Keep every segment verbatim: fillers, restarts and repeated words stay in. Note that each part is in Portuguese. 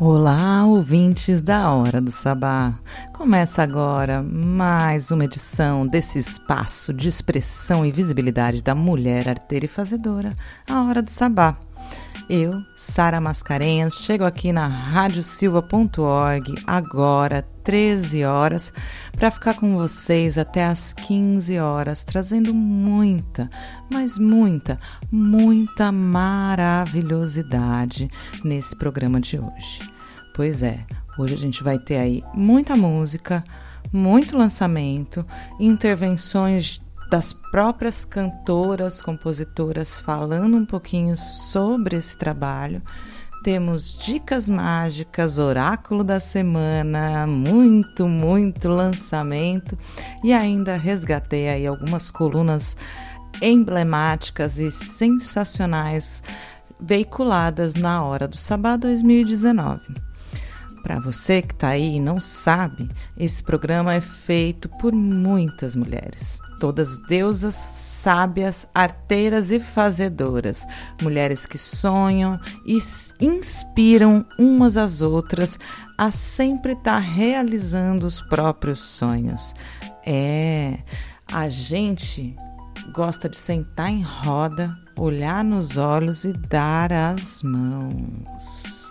Olá, ouvintes da Hora do Sabá. Começa agora mais uma edição desse espaço de expressão e visibilidade da mulher arteira e fazedora, a Hora do Sabá. Eu, Sara Mascarenhas, chego aqui na rádio silva ponto org agora, treze horas, para ficar com vocês até às quinze horas, trazendo muita, mas muita, muita maravilhosidade nesse programa de hoje. Pois é, hoje a gente vai ter aí muita música, muito lançamento, intervenções das próprias cantoras, compositoras falando um pouquinho sobre esse trabalho. Temos dicas mágicas, oráculo da semana, muito, muito lançamento e ainda resgatei aí algumas colunas emblemáticas e sensacionais veiculadas na Hora do Sabá dois mil e dezenove. Para você que está aí e não sabe, esse programa é feito por muitas mulheres, todas deusas, sábias, arteiras e fazedoras, mulheres que sonham e inspiram umas às outras a sempre estar realizando os próprios sonhos. É, a gente gosta de sentar em roda, olhar nos olhos e dar as mãos.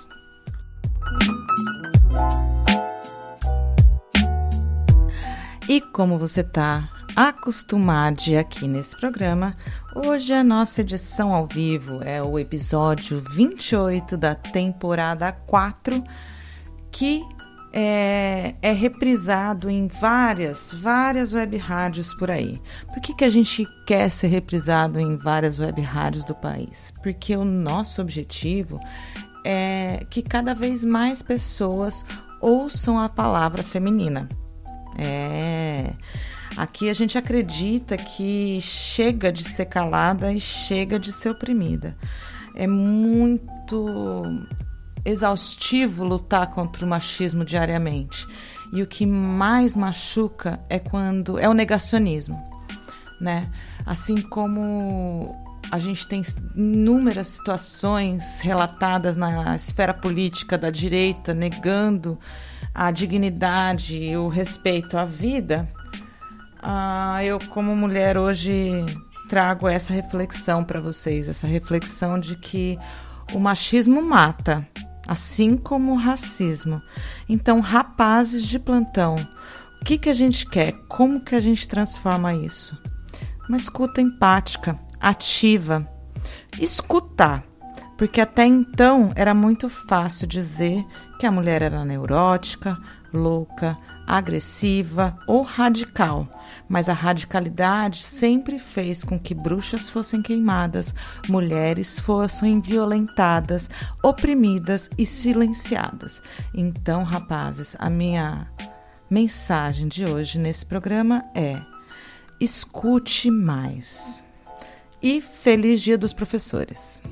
E como você está acostumado aqui nesse programa, hoje a nossa edição ao vivo é o episódio vinte e oito da temporada quatro, que é, é reprisado em várias, várias web rádios por aí. Por que que a gente quer ser reprisado em várias web rádios do país? Porque o nosso objetivo é que cada vez mais pessoas ouçam a palavra feminina. É, aqui a gente acredita que chega de ser calada e chega de ser oprimida. É muito exaustivo lutar contra o machismo diariamente. E o que mais machuca é quando é o negacionismo, né? Assim como a gente tem inúmeras situações relatadas na esfera política da direita negando a dignidade e o respeito à vida, ah, eu, como mulher, hoje trago essa reflexão para vocês, essa reflexão de que o machismo mata, assim como o racismo. Então, rapazes de plantão, o que que a gente quer? Como que a gente transforma isso? Uma escuta empática, ativa, escutar, porque até então era muito fácil dizer que a mulher era neurótica, louca, agressiva ou radical, mas a radicalidade sempre fez com que bruxas fossem queimadas, mulheres fossem violentadas, oprimidas e silenciadas. Então, rapazes, a minha mensagem de hoje nesse programa é: escute mais. E feliz Dia dos Professores!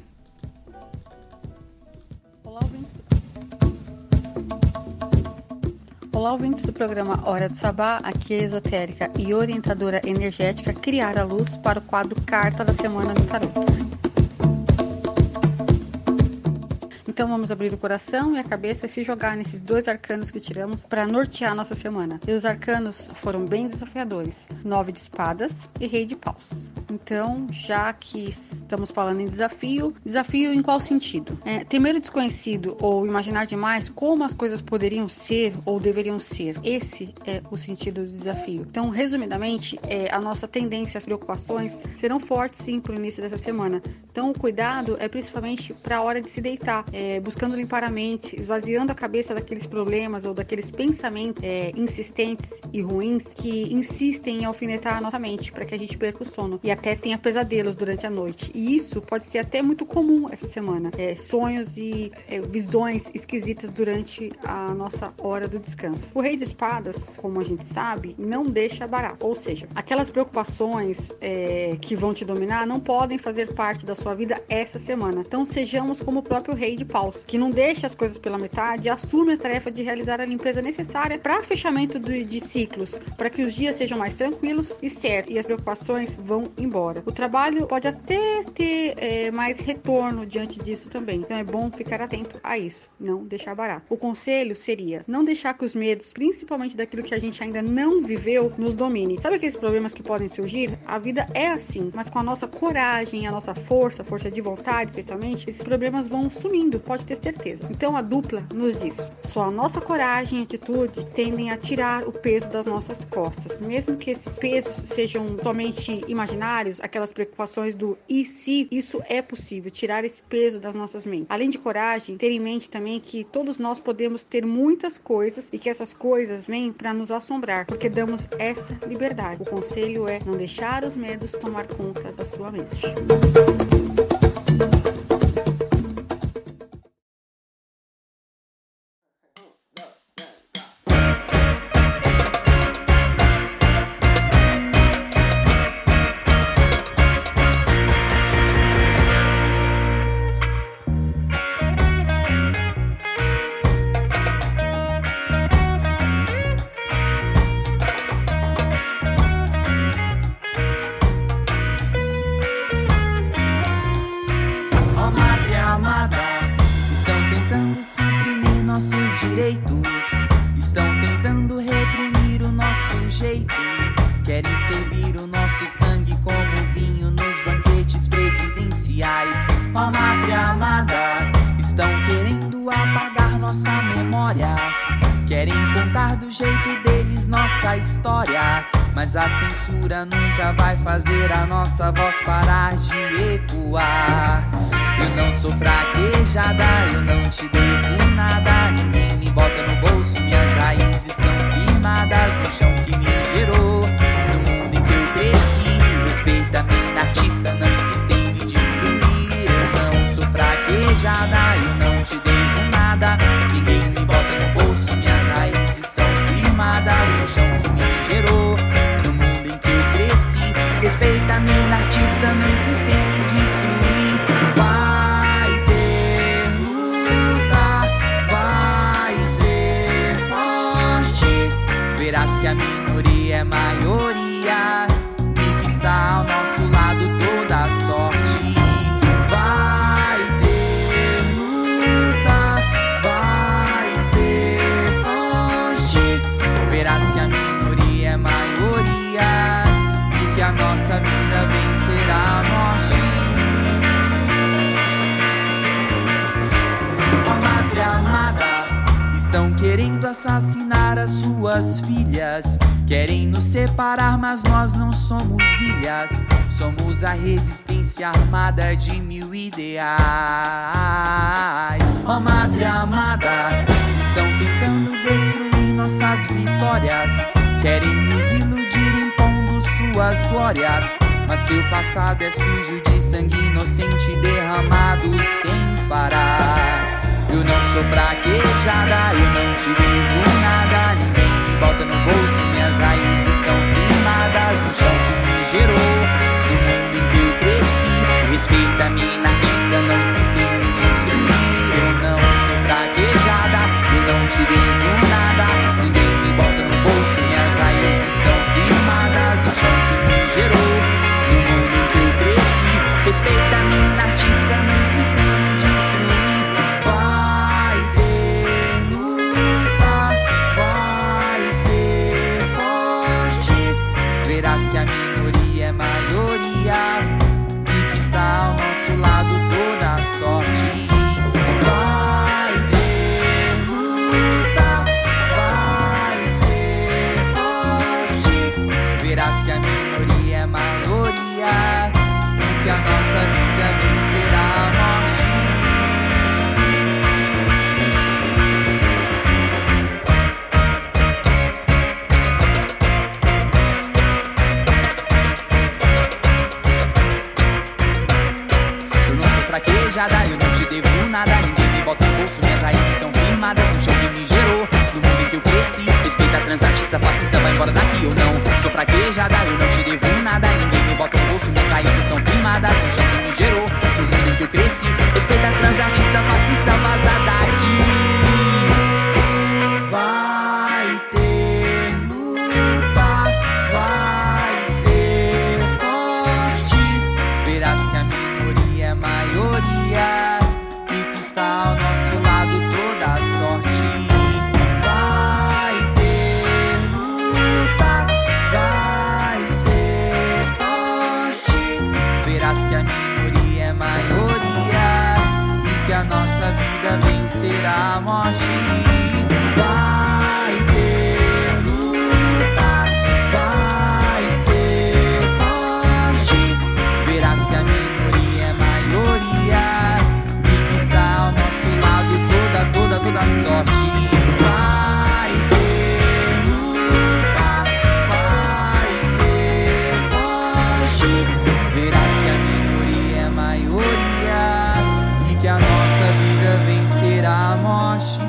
Olá, ouvintes. Olá, ouvintes do programa Hora do Sabá. Aqui é a esotérica e orientadora energética Criara Luz para o quadro Carta da Semana do Tarot. Então vamos abrir o coração e a cabeça e se jogar nesses dois arcanos que tiramos para nortear nossa semana. E os arcanos foram bem desafiadores: nove de espadas e rei de paus. Então, já que estamos falando em desafio, desafio em qual sentido? É, temer o desconhecido ou imaginar demais como as coisas poderiam ser ou deveriam ser. Esse é o sentido do desafio. Então, resumidamente, é, a nossa tendência, as preocupações serão fortes sim para o início dessa semana. Então, o cuidado é principalmente para a hora de se deitar. É, É, buscando limpar a mente, esvaziando a cabeça daqueles problemas ou daqueles pensamentos é, insistentes e ruins que insistem em alfinetar a nossa mente para que a gente perca o sono e até tenha pesadelos durante a noite. E isso pode ser até muito comum essa semana. É, sonhos e é, visões esquisitas durante a nossa hora do descanso. O Rei de Espadas, como a gente sabe, não deixa barato. Ou seja, aquelas preocupações é, que vão te dominar não podem fazer parte da sua vida essa semana. Então sejamos como o próprio Rei de Espadas. paus, que não deixa as coisas pela metade e assume a tarefa de realizar a limpeza necessária para fechamento de, de ciclos, para que os dias sejam mais tranquilos e certos e as preocupações vão embora. O trabalho pode até ter é, mais retorno diante disso também, então é bom ficar atento a isso, não deixar barato. O conselho seria não deixar que os medos, principalmente daquilo que a gente ainda não viveu, nos domine. Sabe aqueles problemas que podem surgir? A vida é assim, mas com a nossa coragem, a nossa força, força de vontade, especialmente, esses problemas vão sumindo, pode ter certeza. Então a dupla nos diz: só a nossa coragem e atitude tendem a tirar o peso das nossas costas, mesmo que esses pesos sejam somente imaginários, aquelas preocupações do e se, isso é possível, tirar esse peso das nossas mentes. Além de coragem, ter em mente também que todos nós podemos ter muitas coisas e que essas coisas vêm para nos assombrar, porque damos essa liberdade. O conselho é não deixar os medos tomar conta da sua mente. Nossos direitos estão tentando reprimir o nosso jeito. Querem servir o nosso sangue como vinho nos banquetes presidenciais. Ó Mátria amada, estão querendo apagar nossa memória. Querem contar do jeito deles nossa história, mas a censura nunca vai fazer a nossa voz parar de ecoar. Eu não sou fraquejada, eu não te devo nada. Ninguém me bota no bolso, minhas raízes são firmadas no chão que me gerou, no mundo em que eu cresci. Respeita a minha artista, não insista em me destruir. Eu não sou fraquejada, eu não te devo nada. Ninguém me bota no bolso, minhas raízes são firmadas no chão que me gerou, no mundo em que eu cresci. Respeita a minha artista, não insista em me destruir. Vai ter luta, vai ser forte. Verás que a minoria é maioria e que está ao nosso lado toda a sorte. Vai ter luta, vai ser forte. Verás que a minoria é maioria e que a nossa vida vencerá a morte. Amada, estão querendo assassinar as suas filhas. Querem nos separar, mas nós não somos ilhas. Somos a resistência armada de mil ideais. Ó Madre amada, estão tentando destruir nossas vitórias. Querem nos iludir impondo suas glórias, mas seu passado é sujo de sangue inocente derramado sem parar. Eu não sou fraquejada, eu não te devo nada. Ninguém me bota no bolso, minhas raízes são firmadas no chão que me gerou, no mundo em que eu cresci. Respeita a minha artista, não insista em me destruir. Eu não sou fraquejada, eu não te devo nada. Ninguém me bota no bolso, minhas raízes são firmadas no chão que me gerou, no mundo em que eu cresci. Respeita a minha artista, não insista em me destruir. Verás que a minoria é maioria e que está ao nosso lado toda a sorte. Vai ter luta, vai ser forte. Verás que a minoria é maioria e que a nossa vida vencerá a morte. Fraquejada, eu não te devo nada. Ninguém me bota no bolso, minhas raízes são firmadas no chão que me gerou, no mundo em que eu cresci. Respeita a transartista fascista, vai embora daqui ou não. Sou fraquejada, eu não te devo nada. Ninguém me bota no bolso, minhas raízes são firmadas no chão que me gerou, no mundo em que eu cresci. Respeita a transartista fascista, vai vencer a morte. Vai ter luta, vai ser forte. Verás que a minoria é maioria e que está ao nosso lado toda, toda, toda sorte. Vai ter luta, vai ser forte. Verás que a minoria é maioria e que a nossa vida vencerá a morte.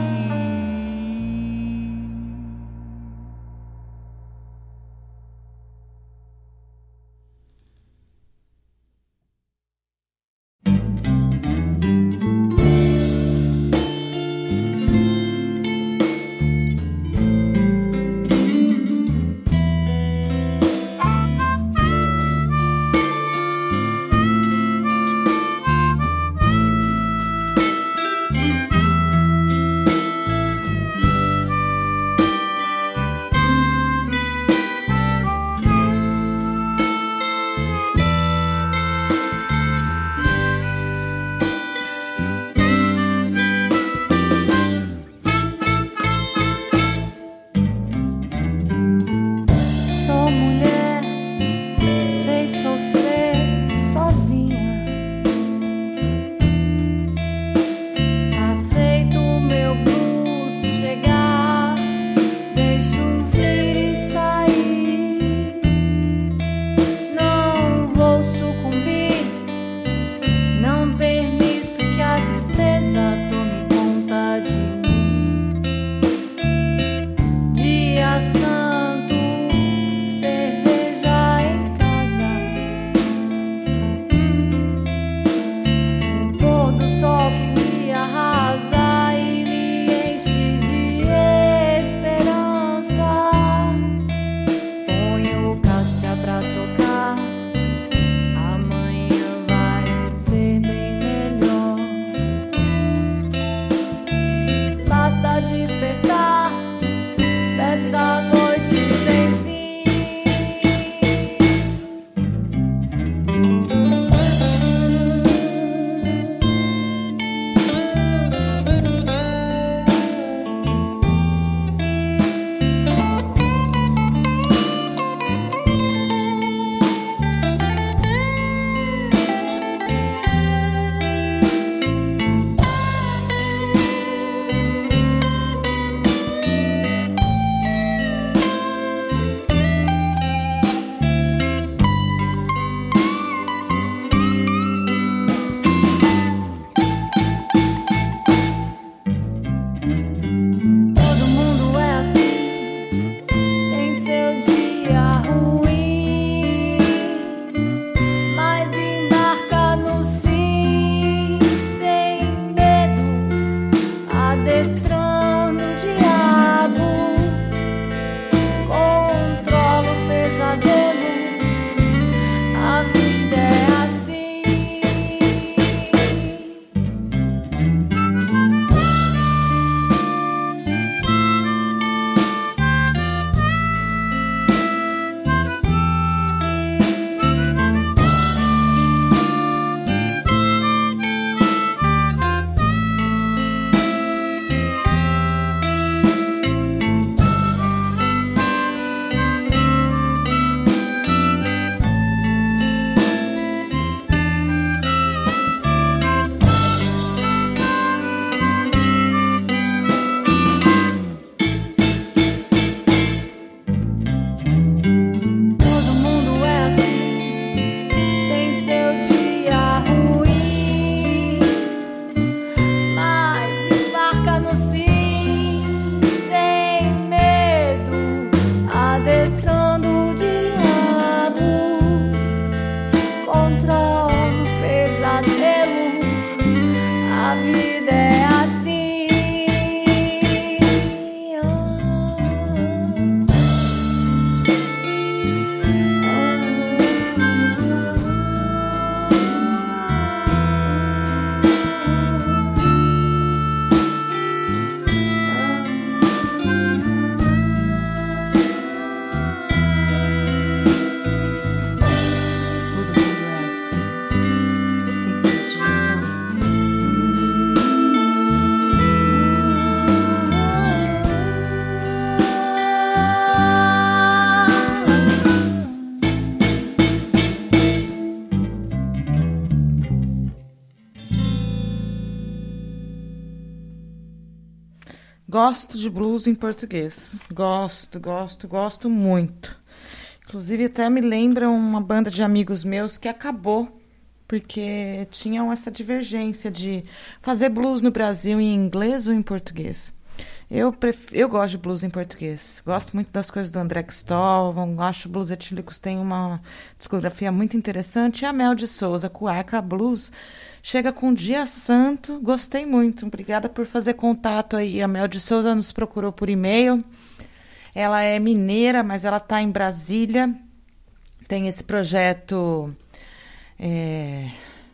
Gosto de blues em português. Gosto, gosto, gosto muito. Inclusive, até me lembra uma banda de amigos meus que acabou porque tinham essa divergência de fazer blues no Brasil em inglês ou em português. Eu, pref... eu gosto de blues em português. Gosto muito das coisas do André Cristóvão. Acho que o Blues Etílicos tem uma discografia muito interessante. E a Mel de Souza, com o Arca Blues, chega com Dia Santo. Gostei muito. Obrigada por fazer contato aí. A Mel de Souza nos procurou por e-mail. Ela é mineira, mas ela está em Brasília. Tem esse projeto é...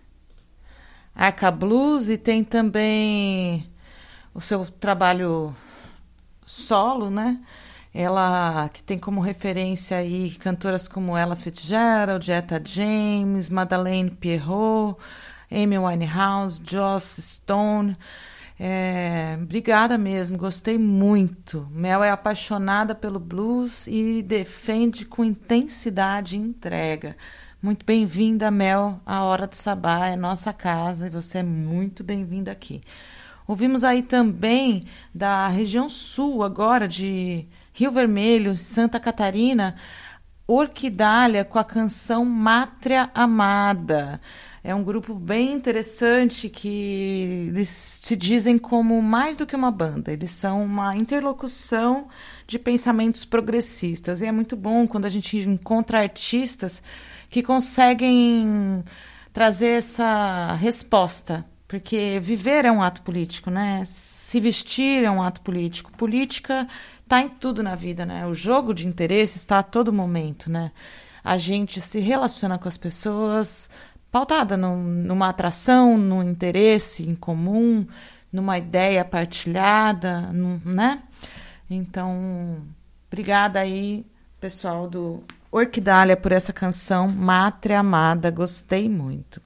Arca Blues e tem também o seu trabalho solo, né? Ela que tem como referência aí cantoras como Ella Fitzgerald, Etta James, Madeleine Pierrot, Amy Winehouse, Joss Stone. É, obrigada mesmo, gostei muito. Mel é apaixonada pelo blues e defende com intensidade e entrega. Muito bem-vinda, Mel. A Hora do Sabá é nossa casa e você é muito bem-vinda aqui. Ouvimos aí também da região sul agora, de Rio Vermelho, Santa Catarina, Orquidália com a canção Mátria Amada. É um grupo bem interessante que eles se dizem como mais do que uma banda. Eles são uma interlocução de pensamentos progressistas. E é muito bom quando a gente encontra artistas que conseguem trazer essa resposta. Porque viver é um ato político, né? Se vestir é um ato político. Política está em tudo na vida, né? O jogo de interesse está a todo momento, né? A gente se relaciona com as pessoas pautada num, numa atração, num interesse em comum, numa ideia partilhada, num, né? Então, obrigada aí, pessoal do Orquidália, por essa canção Mátria Amada. Gostei muito.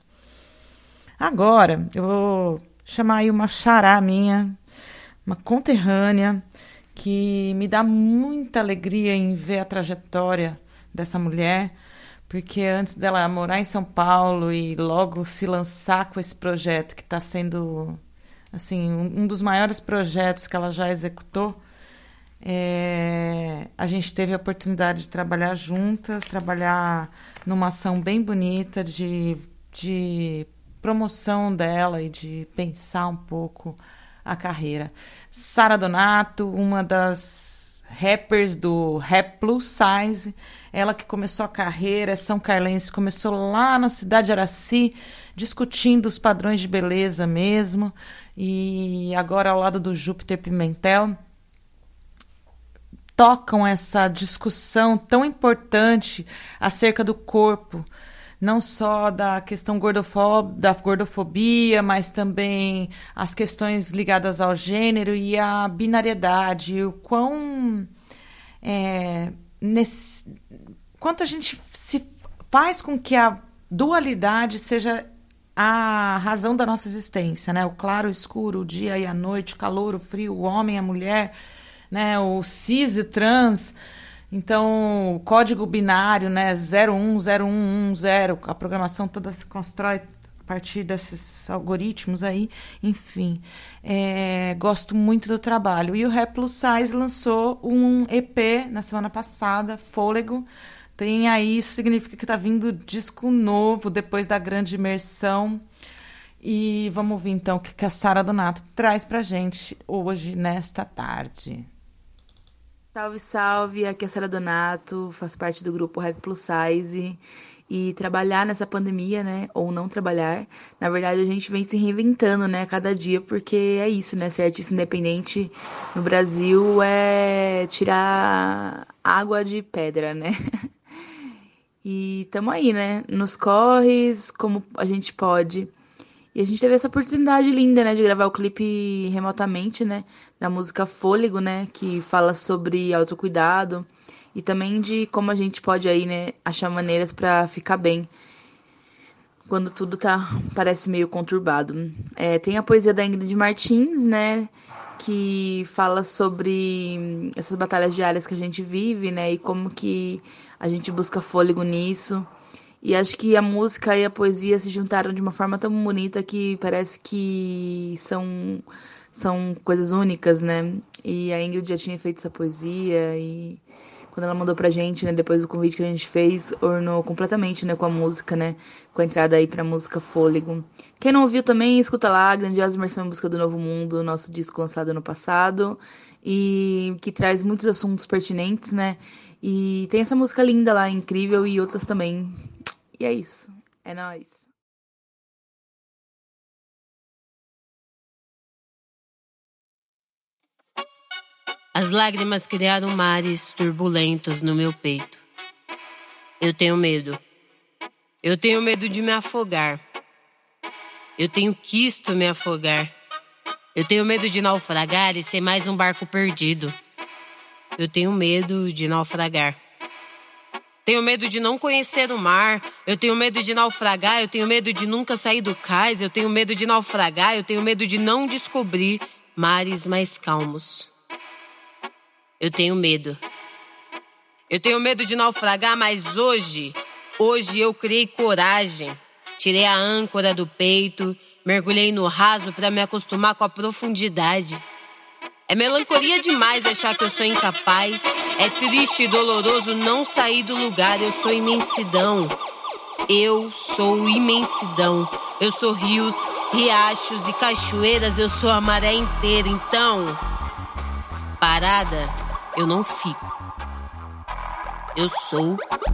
Agora, eu vou chamar aí uma xará minha, uma conterrânea, que me dá muita alegria em ver a trajetória dessa mulher, porque antes dela morar em São Paulo e logo se lançar com esse projeto, que está sendo assim, um, um dos maiores projetos que ela já executou, é, a gente teve a oportunidade de trabalhar juntas, trabalhar numa ação bem bonita de... de promoção dela e de pensar um pouco a carreira. Sara Donato, uma das rappers do Rap Plus Size, ela que começou a carreira, é são carlense, começou lá na cidade de Araci, discutindo os padrões de beleza mesmo, e agora ao lado do Júpiter Pimentel, tocam essa discussão tão importante acerca do corpo, não só da questão gordofó- da gordofobia, mas também as questões ligadas ao gênero e à binariedade, e o quão é, nesse, quanto a gente se faz com que a dualidade seja a razão da nossa existência, né? O claro, o escuro, o dia e a noite, o calor, o frio, o homem, a mulher, né? O cis e o trans. Então, o código binário, né, zero um zero um um zero, a programação toda se constrói a partir desses algoritmos aí, enfim. É, gosto muito do trabalho. E o Rap Plus Size lançou um E P na semana passada, Fôlego. Tem aí, isso significa que está vindo disco novo depois da grande imersão. E vamos ouvir então o que a Sara Donato traz pra gente hoje, nesta tarde. Salve, salve, aqui é a Sara Donato, faço parte do grupo Rap Plus Size e trabalhar nessa pandemia, né, ou não trabalhar, na verdade a gente vem se reinventando, né, a cada dia, porque é isso, né, ser artista independente no Brasil é tirar água de pedra, né, e tamo aí, né, nos corres, como a gente pode. E a gente teve essa oportunidade linda, né, de gravar o clipe remotamente, né, da música Fôlego, né, que fala sobre autocuidado e também de como a gente pode aí, né, achar maneiras pra ficar bem quando tudo tá, parece meio conturbado. É, tem a poesia da Ingrid Martins, né, que fala sobre essas batalhas diárias que a gente vive, né, e como que a gente busca fôlego nisso. E acho que a música e a poesia se juntaram de uma forma tão bonita que parece que são, são coisas únicas, né? E a Ingrid já tinha feito essa poesia e quando ela mandou pra gente, né, depois do convite que a gente fez, ornou completamente, né, com a música, né, com a entrada aí pra música Fôlego. Quem não ouviu também, escuta lá, Grandiosa Imersão em Busca do Novo Mundo, nosso disco lançado ano passado, e que traz muitos assuntos pertinentes, né, e tem essa música linda lá, incrível, e outras também. E é isso, é nóis. As lágrimas criaram mares turbulentos no meu peito. Eu tenho medo. Eu tenho medo de me afogar. Eu tenho quisto me afogar. Eu tenho medo de naufragar e ser mais um barco perdido. Eu tenho medo de naufragar. Tenho medo de não conhecer o mar. Eu tenho medo de naufragar. Eu tenho medo de nunca sair do cais. Eu tenho medo de naufragar. Eu tenho medo de não descobrir mares mais calmos. Eu tenho medo. Eu tenho medo de naufragar, mas hoje, hoje eu criei coragem. Tirei a âncora do peito, mergulhei no raso pra me acostumar com a profundidade. É melancolia demais achar que eu sou incapaz. É triste e doloroso não sair do lugar. Eu sou imensidão. Eu sou imensidão. Eu sou rios, riachos e cachoeiras. Eu sou a maré inteira. Então, parada, eu não fico. Eu sou,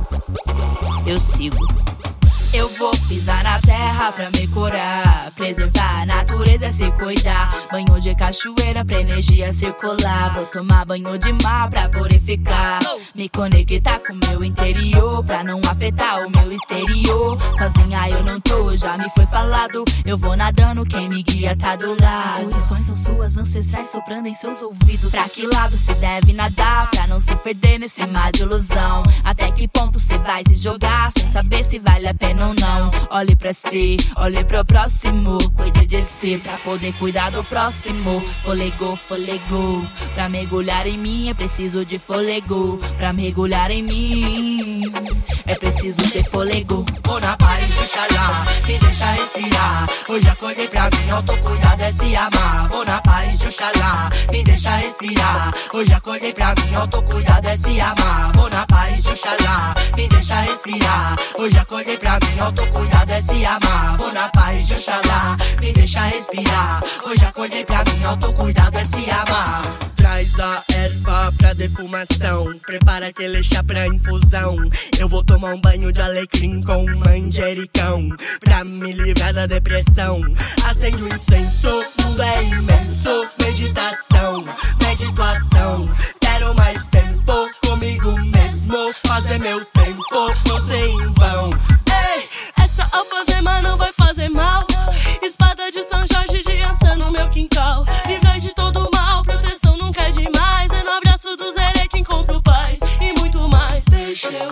eu sigo. Eu vou pisar na terra pra me curar, preservar a natureza, se cuidar. Banho de cachoeira pra energia circular. Vou tomar banho de mar pra purificar. Me conectar com o meu interior pra não afetar o meu exterior. Sozinha eu não tô, já me foi falado. Eu vou nadando, quem me guia tá do lado. Intuições são suas ancestrais soprando em seus ouvidos. Pra que lado se deve nadar pra não se perder nesse mar de ilusão? Até que ponto você vai se jogar sem saber se vale a pena ou não? Olhe pra si, olhe pro próximo. Cuide de si pra poder cuidar do próximo. Fôlego, fôlego. Pra mergulhar em mim é preciso de fôlego. Pra mergulhar em mim é preciso ter fôlego. Vou na paz de Oxalá, me deixa respirar. Hoje acordei pra mim, autocuidado é se amar. Vou na paz de Oxalá, me deixa respirar. Hoje acordei pra mim, autocuidado é se amar. Vou na paz de Oxalá, me deixa respirar. Hoje acordei pra mim, autocuidado é se amar. Vou na paz de Oxalá, me deixa respirar. Hoje acordei pra mim, autocuidado é se amar. Traz a erva pra defumação, prepara aquele chá pra infusão. Eu vou tomar um banho de alecrim com manjericão pra me livrar da depressão. Acende o incenso, o mundo é imenso. Meditação, meditação. Quero mais tempo comigo mesmo, fazer meu tempo, não sei em vão. Ei, essa alfazema não vai fazer mal. Espada de São Jorge de Ança no meu quintal. Livrai de todo mal, proteção nunca é demais. É no abraço do Zeré que encontro paz e muito mais. Deixa eu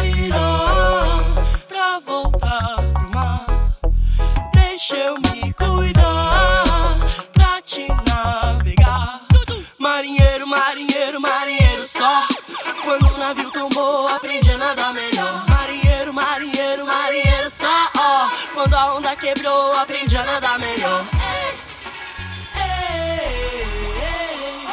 respirar pra voltar pro mar. Deixa eu me cuidar pra te navegar. Marinheiro, marinheiro, marinheiro só. Quando o navio tombou, aprendi a nadar melhor. Marinheiro, marinheiro, marinheiro só. Oh, quando a onda quebrou, aprendi a nadar melhor. Ei, ei, ei,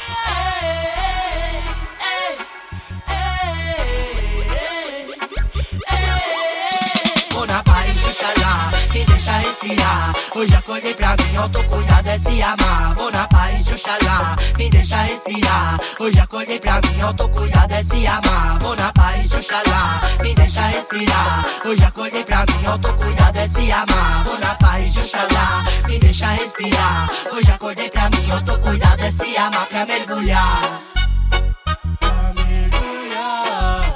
ei, ei, ei. Vou na paz de Oxalá, me deixa respirar. Hoje acordei pra mim, autocuidado é se amar. Vou na paz de Oxalá, me deixa respirar. Hoje acordei pra mim, autocuidado é se amar. Vou na paz de Oxalá, me deixa respirar. Hoje acordei pra mim, autocuidado é se amar. Vou na paz de Oxalá, me deixa respirar. Hoje acordei pra mim, autocuidado é se amar. Pra mergulhar, pra mergulhar.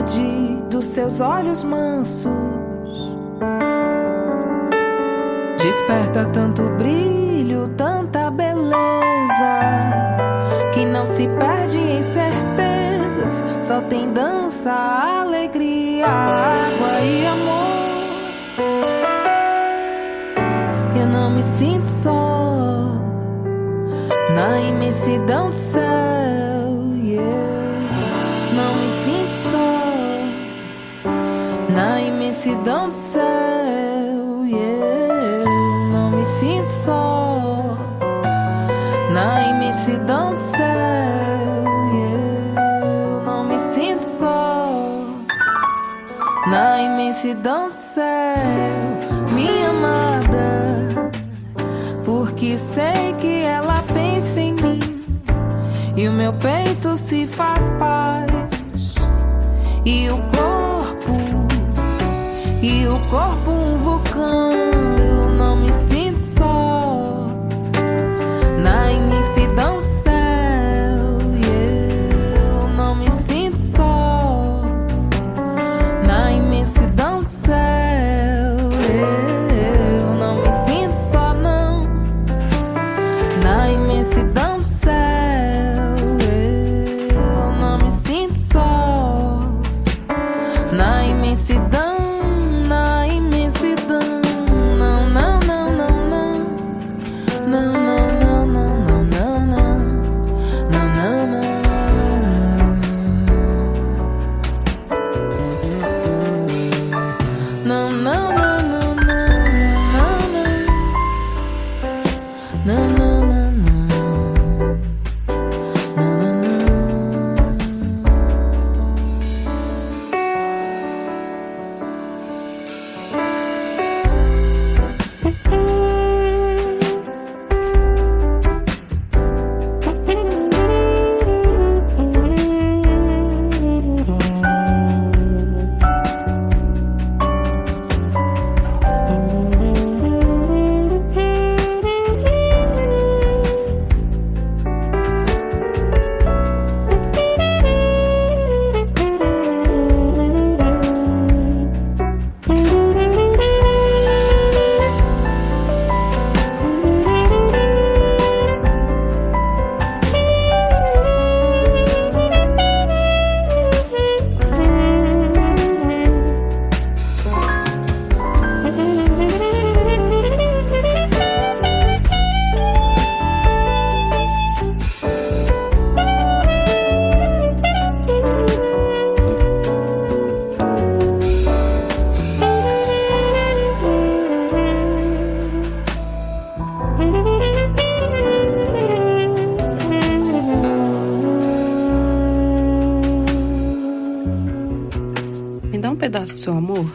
claridade dos seus olhos mansos desperta tanto brilho, tanta beleza, que não se perde em certezas, só tem dança, alegria, água e amor. Eu não me sinto só na imensidão do céu, yeah. Não me sinto só na imensidão do céu, yeah. Não me sinto só na imensidão do céu, yeah. Não me sinto só na imensidão do céu, minha amada, porque sei que ela pensa em mim e o meu peito se faz paz, e o corpo, e o corpo um vulcão. Eu não me sinto só na imensidão do céu, yeah. Eu não me sinto só na imensidão do céu, yeah. Eu não me sinto só não na imensidão do céu, yeah. Eu não me sinto só na imensidão. Do seu amor?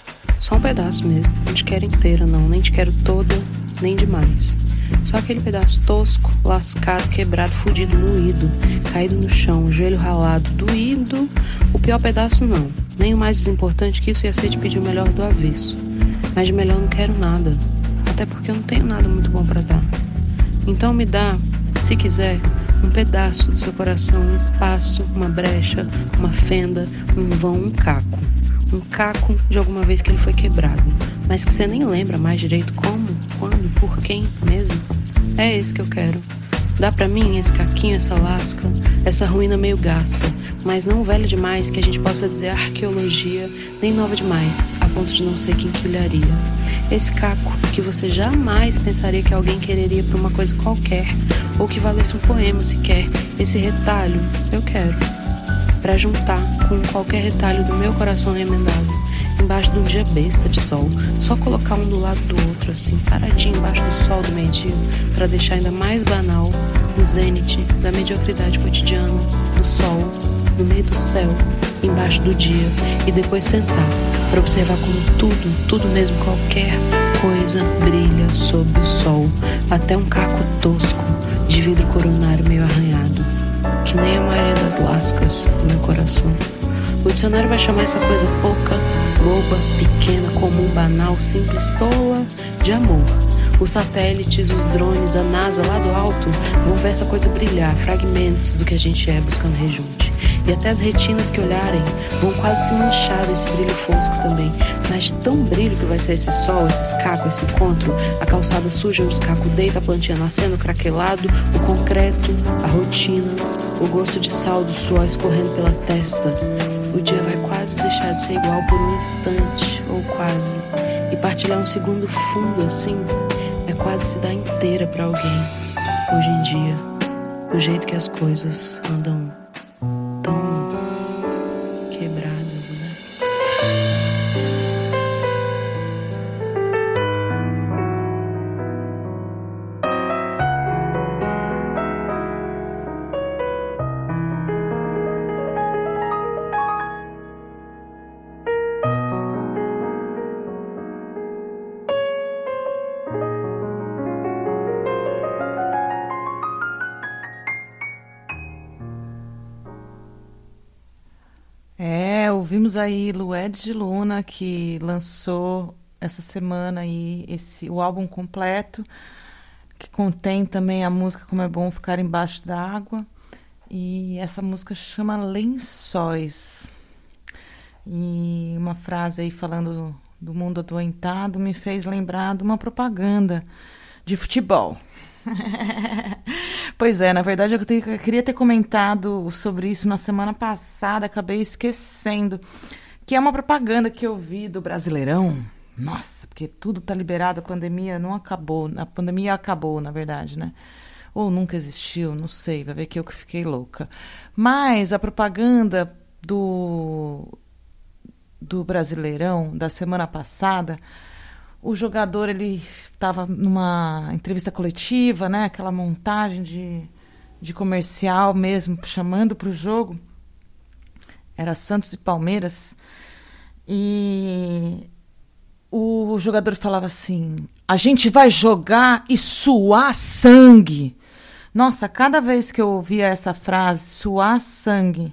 Só um pedaço mesmo. Não te quero inteira, não. Nem te quero toda, nem demais. Só aquele pedaço tosco, lascado, quebrado, fudido, moído, caído no chão, o joelho ralado, doído. O pior pedaço não. Nem o mais desimportante, que isso ia ser de pedir o melhor do avesso. Mas de melhor não quero nada. Até porque eu não tenho nada muito bom pra dar. Então me dá, se quiser, um pedaço do seu coração, um espaço, uma brecha, uma fenda, um vão, um caco. Um caco de alguma vez que ele foi quebrado, mas que você nem lembra mais direito como, quando, por quem mesmo. É esse que eu quero. Dá pra mim esse caquinho, essa lasca, essa ruína meio gasta, mas não velha demais que a gente possa dizer arqueologia, nem nova demais, a ponto de não ser quinquilharia. Esse caco que você jamais pensaria que alguém quereria por uma coisa qualquer, ou que valesse um poema sequer. Esse retalho eu quero, pra juntar com qualquer retalho do meu coração remendado, embaixo de um dia besta de sol, só colocar um do lado do outro, assim, paradinho embaixo do sol do meio-dia, pra deixar ainda mais banal o zênite da mediocridade cotidiana, do sol, no meio do céu, embaixo do dia, e depois sentar pra observar como tudo, tudo mesmo, qualquer coisa brilha sob o sol, até um caco tosco de vidro coronário meio arranhado, que nem a maioria das lascas do meu coração. O dicionário vai chamar essa coisa pouca, boba, pequena, comum, banal, simples, tola, de amor. Os satélites, os drones, a NASA lá do alto vão ver essa coisa brilhar, fragmentos do que a gente é buscando rejunte. E até as retinas que olharem vão quase se manchar desse brilho fosco também. Mas tão brilho que vai ser esse sol, esse escaco, esse encontro, a calçada suja onde os cacos deita, a plantinha nascendo, craquelado, o concreto, a rotina, o gosto de sal do suor escorrendo pela testa. O dia vai quase deixar de ser igual por um instante, ou quase. E partilhar um segundo fundo assim é quase se dar inteira pra alguém. Hoje em dia, do jeito que as coisas andam tão quebradas, né? Ouvimos aí Lued de Luna, que lançou essa semana aí esse, o álbum completo, que contém também a música Como é Bom Ficar Embaixo da Água. E essa música chama Lençóis. E uma frase aí falando do mundo adoentado me fez lembrar de uma propaganda de futebol. Pois é, na verdade eu, te, eu queria ter comentado sobre isso na semana passada, acabei esquecendo, que é uma propaganda que eu vi do Brasileirão. Nossa, porque tudo tá liberado, a pandemia não acabou, a pandemia acabou, na verdade, né? Ou nunca existiu, não sei, vai ver que eu que fiquei louca. Mas a propaganda do, do Brasileirão da semana passada, o jogador, ele estava numa entrevista coletiva, né? Aquela montagem de, de comercial mesmo, chamando para o jogo. Era Santos e Palmeiras. E o jogador falava assim, a gente vai jogar e suar sangue. Nossa, cada vez que eu ouvia essa frase, suar sangue,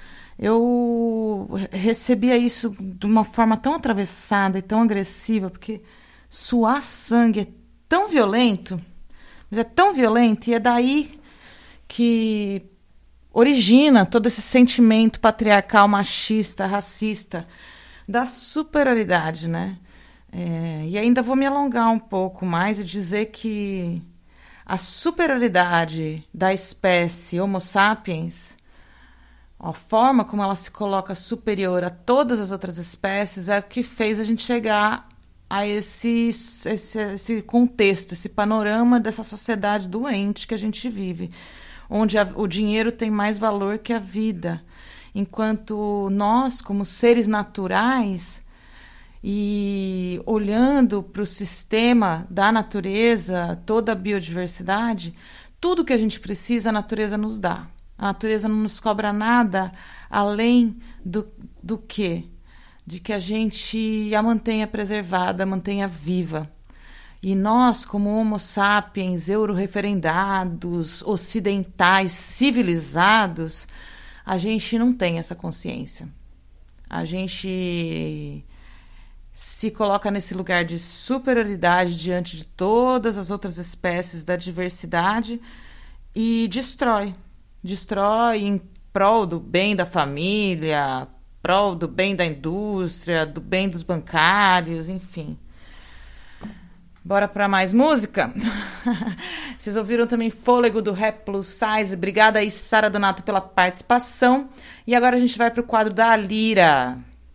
eu recebia isso de uma forma tão atravessada e tão agressiva, porque suar sangue é tão violento, mas é tão violento, e é daí que origina todo esse sentimento patriarcal, machista, racista, da superioridade, né? É, e ainda vou me alongar um pouco mais e dizer que a superioridade da espécie Homo sapiens, a forma como ela se coloca superior a todas as outras espécies, é o que fez a gente chegar a esse, esse, esse contexto, esse panorama dessa sociedade doente que a gente vive, onde a, o dinheiro tem mais valor que a vida, enquanto nós, como seres naturais, e olhando para o sistema da natureza, toda a biodiversidade, tudo que a gente precisa, a natureza nos dá. A natureza não nos cobra nada além do, do quê? De que a gente a mantenha preservada, a mantenha viva. E nós, como Homo sapiens, euro-referendados, ocidentais, civilizados, a gente não tem essa consciência. A gente se coloca nesse lugar de superioridade diante de todas as outras espécies da diversidade e destrói. Destrói em prol do bem da família, prol do bem da indústria, do bem dos bancários, enfim. Bora para mais música? Vocês ouviram também Fôlego do Rap Plus Size. Obrigada aí, Sara Donato, pela participação. E agora a gente vai para o quadro da Lira.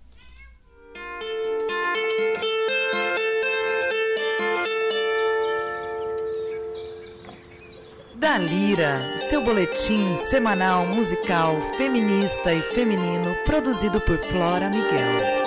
Da Lira, seu boletim semanal musical feminista e feminino, produzido por Flora Miguel.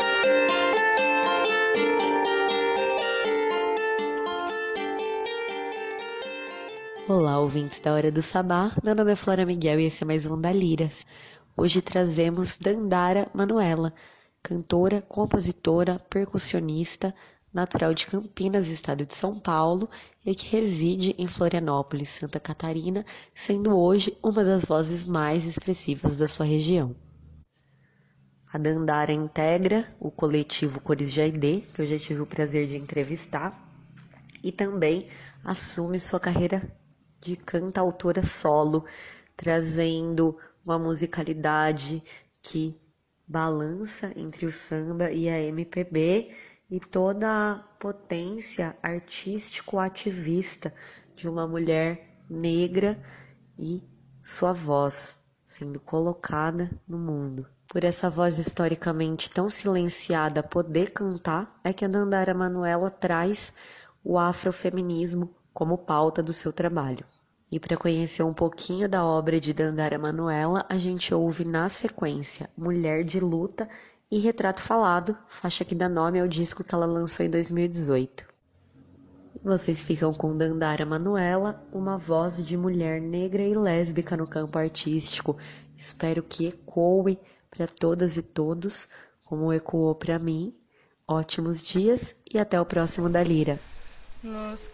Olá, ouvintes da Hora do Sabá, meu nome é Flora Miguel e esse é mais um da Lira. Hoje trazemos Dandara Manuela, cantora, compositora, percussionista, natural de Campinas, estado de São Paulo, e que reside em Florianópolis, Santa Catarina, sendo hoje uma das vozes mais expressivas da sua região. A Dandara integra o coletivo Cores de Aidê, que eu já tive o prazer de entrevistar, e também assume sua carreira de cantautora solo, trazendo uma musicalidade que balança entre o samba e a M P B e toda a potência artístico-ativista de uma mulher negra e sua voz sendo colocada no mundo. Por essa voz historicamente tão silenciada poder cantar, é que a Dandara Manoela traz o afrofeminismo como pauta do seu trabalho. E para conhecer um pouquinho da obra de Dandara Manoela, a gente ouve na sequência Mulher de Luta e Retrato Falado, faixa que dá nome ao disco que ela lançou em dois mil e dezoito. Vocês ficam com Dandara Manoela, uma voz de mulher negra e lésbica no campo artístico. Espero que ecoe para todas e todos, como ecoou para mim. Ótimos dias e até o próximo da Lira. Nos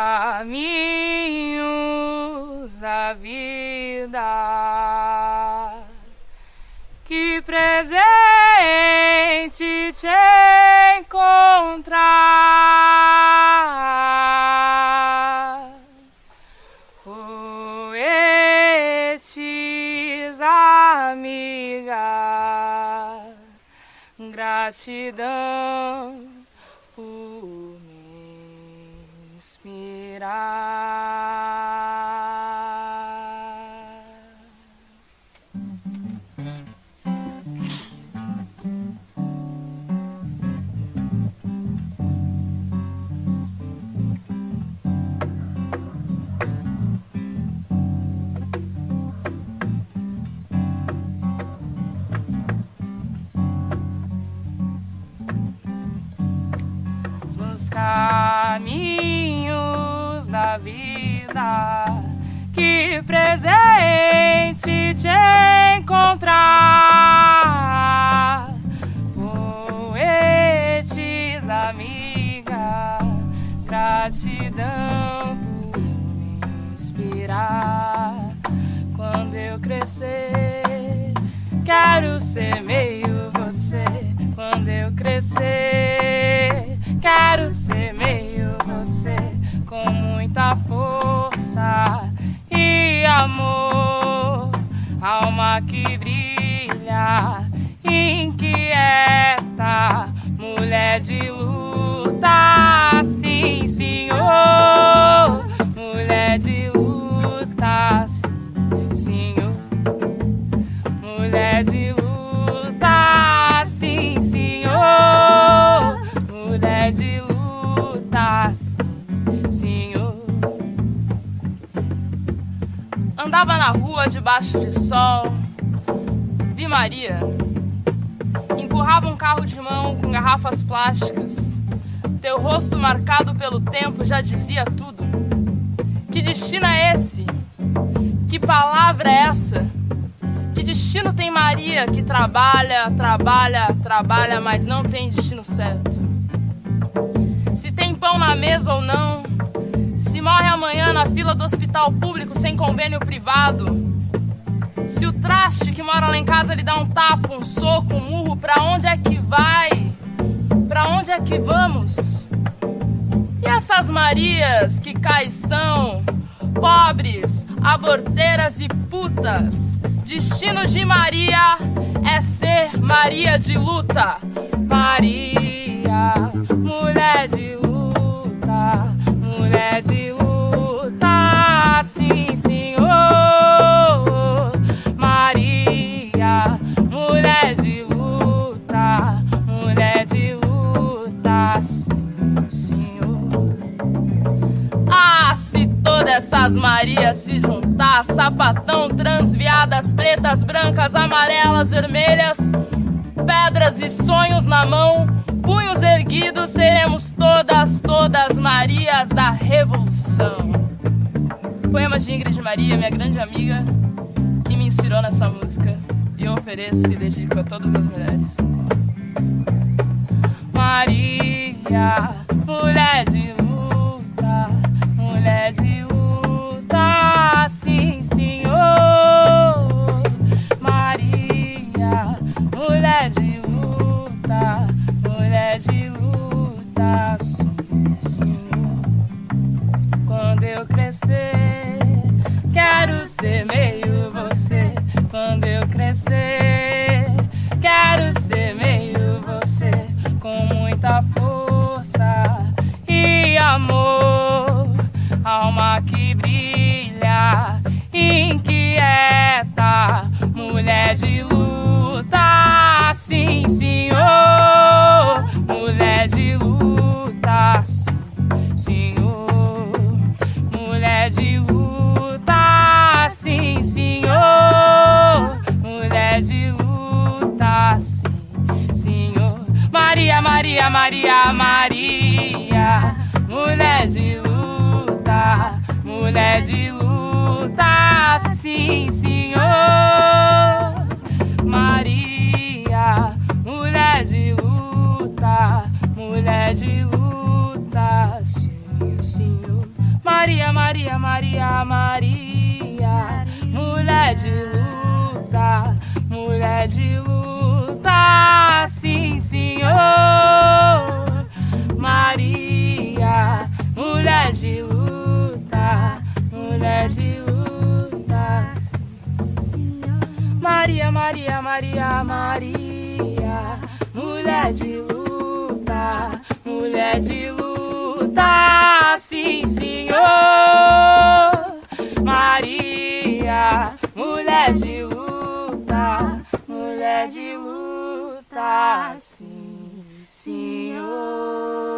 caminhos da vida, que presente te encontrar, poetes, amiga, gratidão por me inspirar. Caminhos da vida, que presente te encontrar, poetes, amiga, gratidão por me inspirar. Quando eu crescer, quero ser meio você. Quando eu crescer, quero ser meio você, com muita força e amor, alma que brilha, inquieta, mulher de luta, sim, senhor, mulher de luta, sim, senhor, mulher de luta, sim, senhor, mulher de lutas, senhor. Andava na rua debaixo de sol, vi Maria, empurrava um carro de mão com garrafas plásticas. Teu rosto marcado pelo tempo já dizia tudo. Que destino é esse? Que palavra é essa? Que destino tem Maria que trabalha, trabalha, trabalha, mas não tem destino certo? Se tem pão na mesa ou não, se morre amanhã na fila do hospital público sem convênio privado, se o traste que mora lá em casa lhe dá um tapa, um soco, um murro, pra onde é que vai? Pra onde é que vamos? E essas Marias que cá estão, pobres, aborteiras e putas, destino de Maria é ser Maria de luta. Maria, mulher de luta, mulher de luta, sim, senhor. Maria, mulher de luta, mulher de luta, sim, senhor. Ah, se todas essas Marias se juntar, sapatão, transviadas, pretas, brancas, amarelas, vermelhas, pedras e sonhos na mão, punhos erguidos, seremos todas, todas Marias da Revolução. Poemas de Ingrid Maria, minha grande amiga, que me inspirou nessa música, e eu ofereço e dedico a todas as mulheres. Maria, mulher de luta, mulher de luta, sim, senhor. Maria, mulher de luta, mulher de luta, sim, senhor. Quando eu crescer, quero ser meio você. Quando eu muita força e amor, alma que brilha, inquieta, mulher de luta, sim, senhor, mulher de luta, sim, senhor, mulher de luta, sim, senhor, mulher de luta, sim, senhor. Maria, Maria, Maria, Maria, mulher de luta, mulher de luta, sim, senhor. Maria, mulher de luta, mulher de luta, sim, senhor. Maria, Maria, Maria, Maria, mulher de luta, mulher de luta, sim, senhor. Maria, mulher de luta, mulher de luta, sim, senhor. Maria, Maria, Maria, Maria, mulher de luta, mulher de luta, sim, senhor. Maria, mulher de luta, mulher de luta, sim, senhor.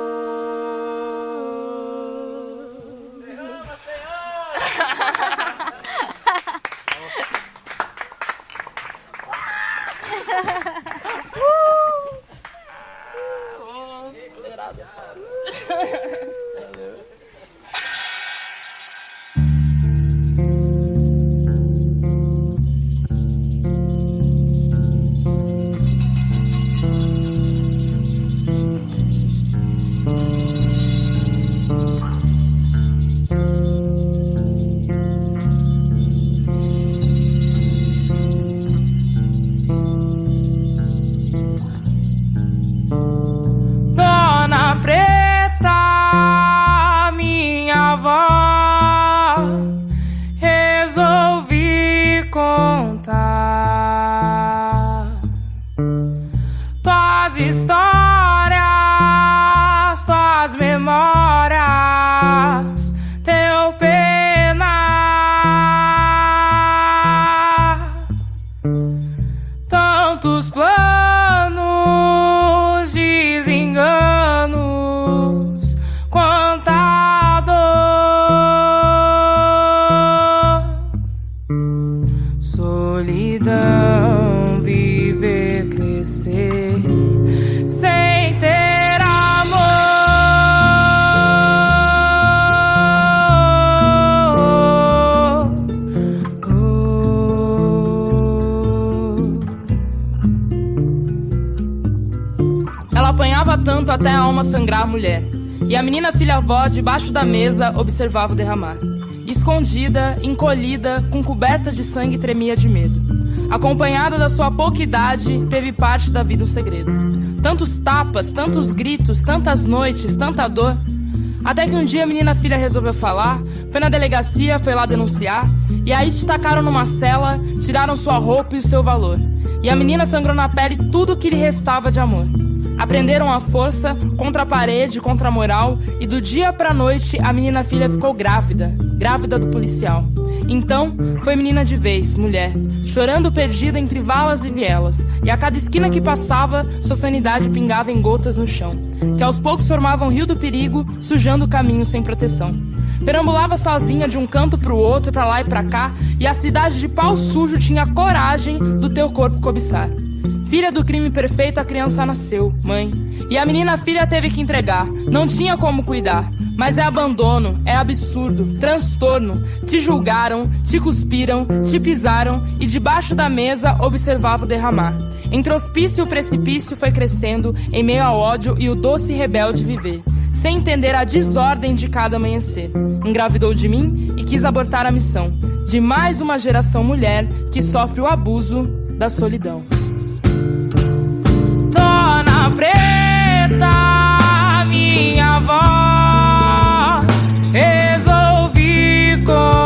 Até a alma sangrar a mulher. E a menina filha-avó, debaixo da mesa, observava o derramar. Escondida, encolhida, com coberta de sangue, tremia de medo. Acompanhada da sua pouca idade, teve parte da vida um segredo. Tantos tapas, tantos gritos, tantas noites, tanta dor. Até que um dia a menina filha resolveu falar, foi na delegacia, foi lá denunciar, e aí te tacaram numa cela, tiraram sua roupa e o seu valor. E a menina sangrou na pele tudo que lhe restava de amor. Aprenderam a força contra a parede, contra a moral, e do dia pra noite a menina filha ficou grávida, grávida do policial. Então foi menina de vez, mulher, chorando perdida entre valas e vielas, e a cada esquina que passava, sua sanidade pingava em gotas no chão, que aos poucos formavam um rio do perigo, sujando o caminho sem proteção. Perambulava sozinha de um canto pro outro, pra lá e pra cá, e a cidade de pau sujo tinha coragem do teu corpo cobiçar. Filha do crime perfeito, a criança nasceu, mãe. E a menina filha teve que entregar, não tinha como cuidar. Mas é abandono, é absurdo, transtorno. Te julgaram, te cuspiram, te pisaram e debaixo da mesa observava o derramar. Entre o hospício e o precipício foi crescendo, em meio ao ódio e o doce rebelde viver, sem entender a desordem de cada amanhecer. Engravidou de mim e quis abortar a missão de mais uma geração mulher que sofre o abuso da solidão. Dona Preta, minha avó, resolvi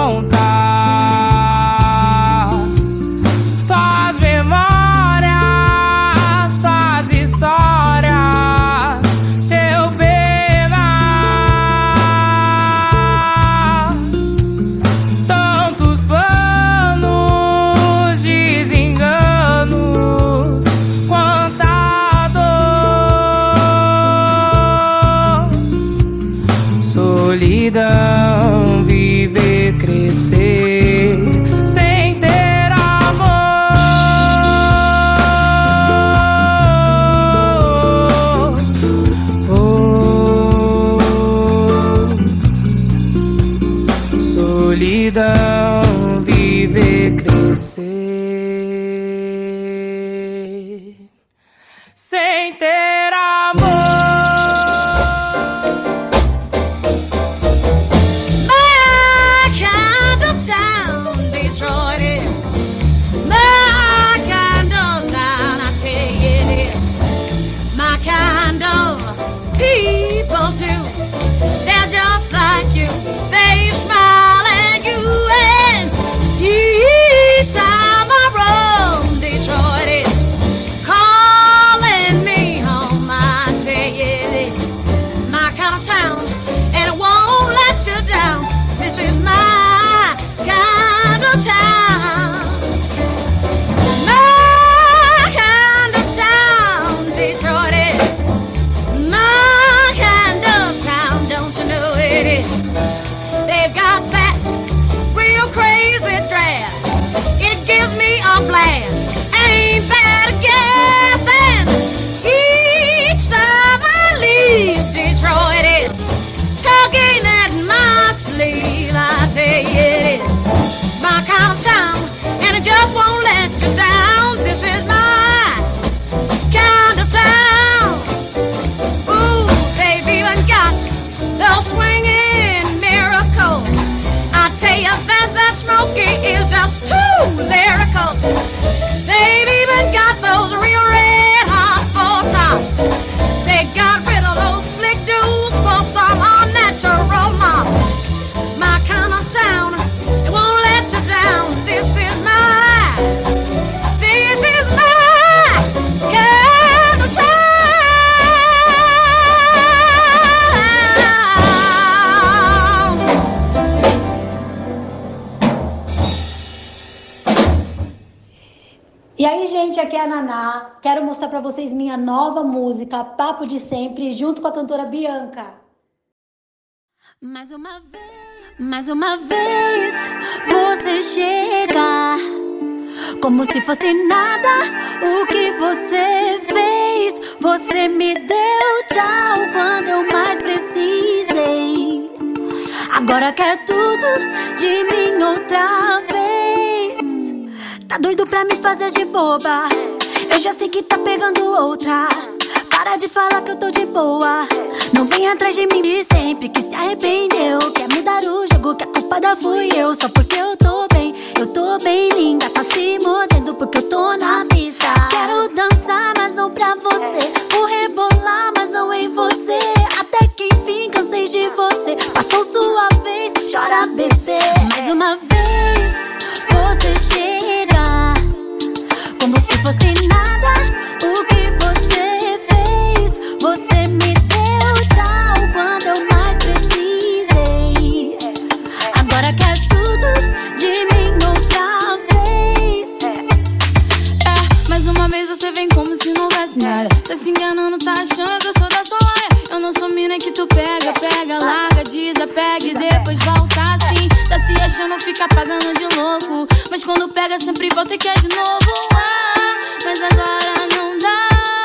contar tuas memórias, tuas histórias, Solidão, viver, crescer sem ter amor. Oh, solidão, viver, crescer sem ter amor. They're just like you. They smile at you, and each time I roam Detroit, it's calling me home. I tell you, it's my kind of town, and it won't let you down. This is my kind of town. My kind of town, Detroit is. They've got that real crazy dress. It gives me a blast. Ain't that a gas? And each time I leave Detroit, it's tugging at my sleeve. I tell you it is. It's my kind of town, and it just won't let you down. This is my kind of town. Ooh, they've even got those swinging miracles. I tell you that that Smokey is just too lyrical. They've even got those real red hot four tops. They got rid of those slick dudes for some unnatural mops. My kind of town, it won't let you down. This is my, this is my kind of town. E aí, gente, aqui é a Naná. Quero mostrar pra vocês minha nova música, Papo de Sempre, junto com a cantora Bianca. Mais uma vez, mais uma vez, você chega como se fosse nada o que você fez. Você me deu tchau quando eu mais precisei. Agora quer tudo de mim outra vez. Tá doido pra me fazer de boba. Eu já sei que tá pegando outra. Para de falar que eu tô de boa. Não vem atrás de mim de sempre que se arrependeu. Quer mudar o jogo, que a culpada fui eu. Só porque eu tô bem, eu tô bem linda. Tá se mordendo porque eu tô na pista. Quero dançar, mas não pra você. Vou rebolar, mas não em você. Até que enfim cansei de você. Passou sua vez, chora bebê. Mais uma vez, você chega como se fosse nada o que você fez. Você me deu tchau quando eu mais precisei. Agora quer tudo de mim outra vez. É, mais uma vez você vem como se não houvesse nada. Tá se enganando, tá achando que eu sou da sua laia. Eu não sou mina que tu pega, pega, larga, desapega e depois volta assim. Tá se achando, fica pagando de louco. Mas quando pega sempre volta e quer de novo. Ah, mas agora não dá.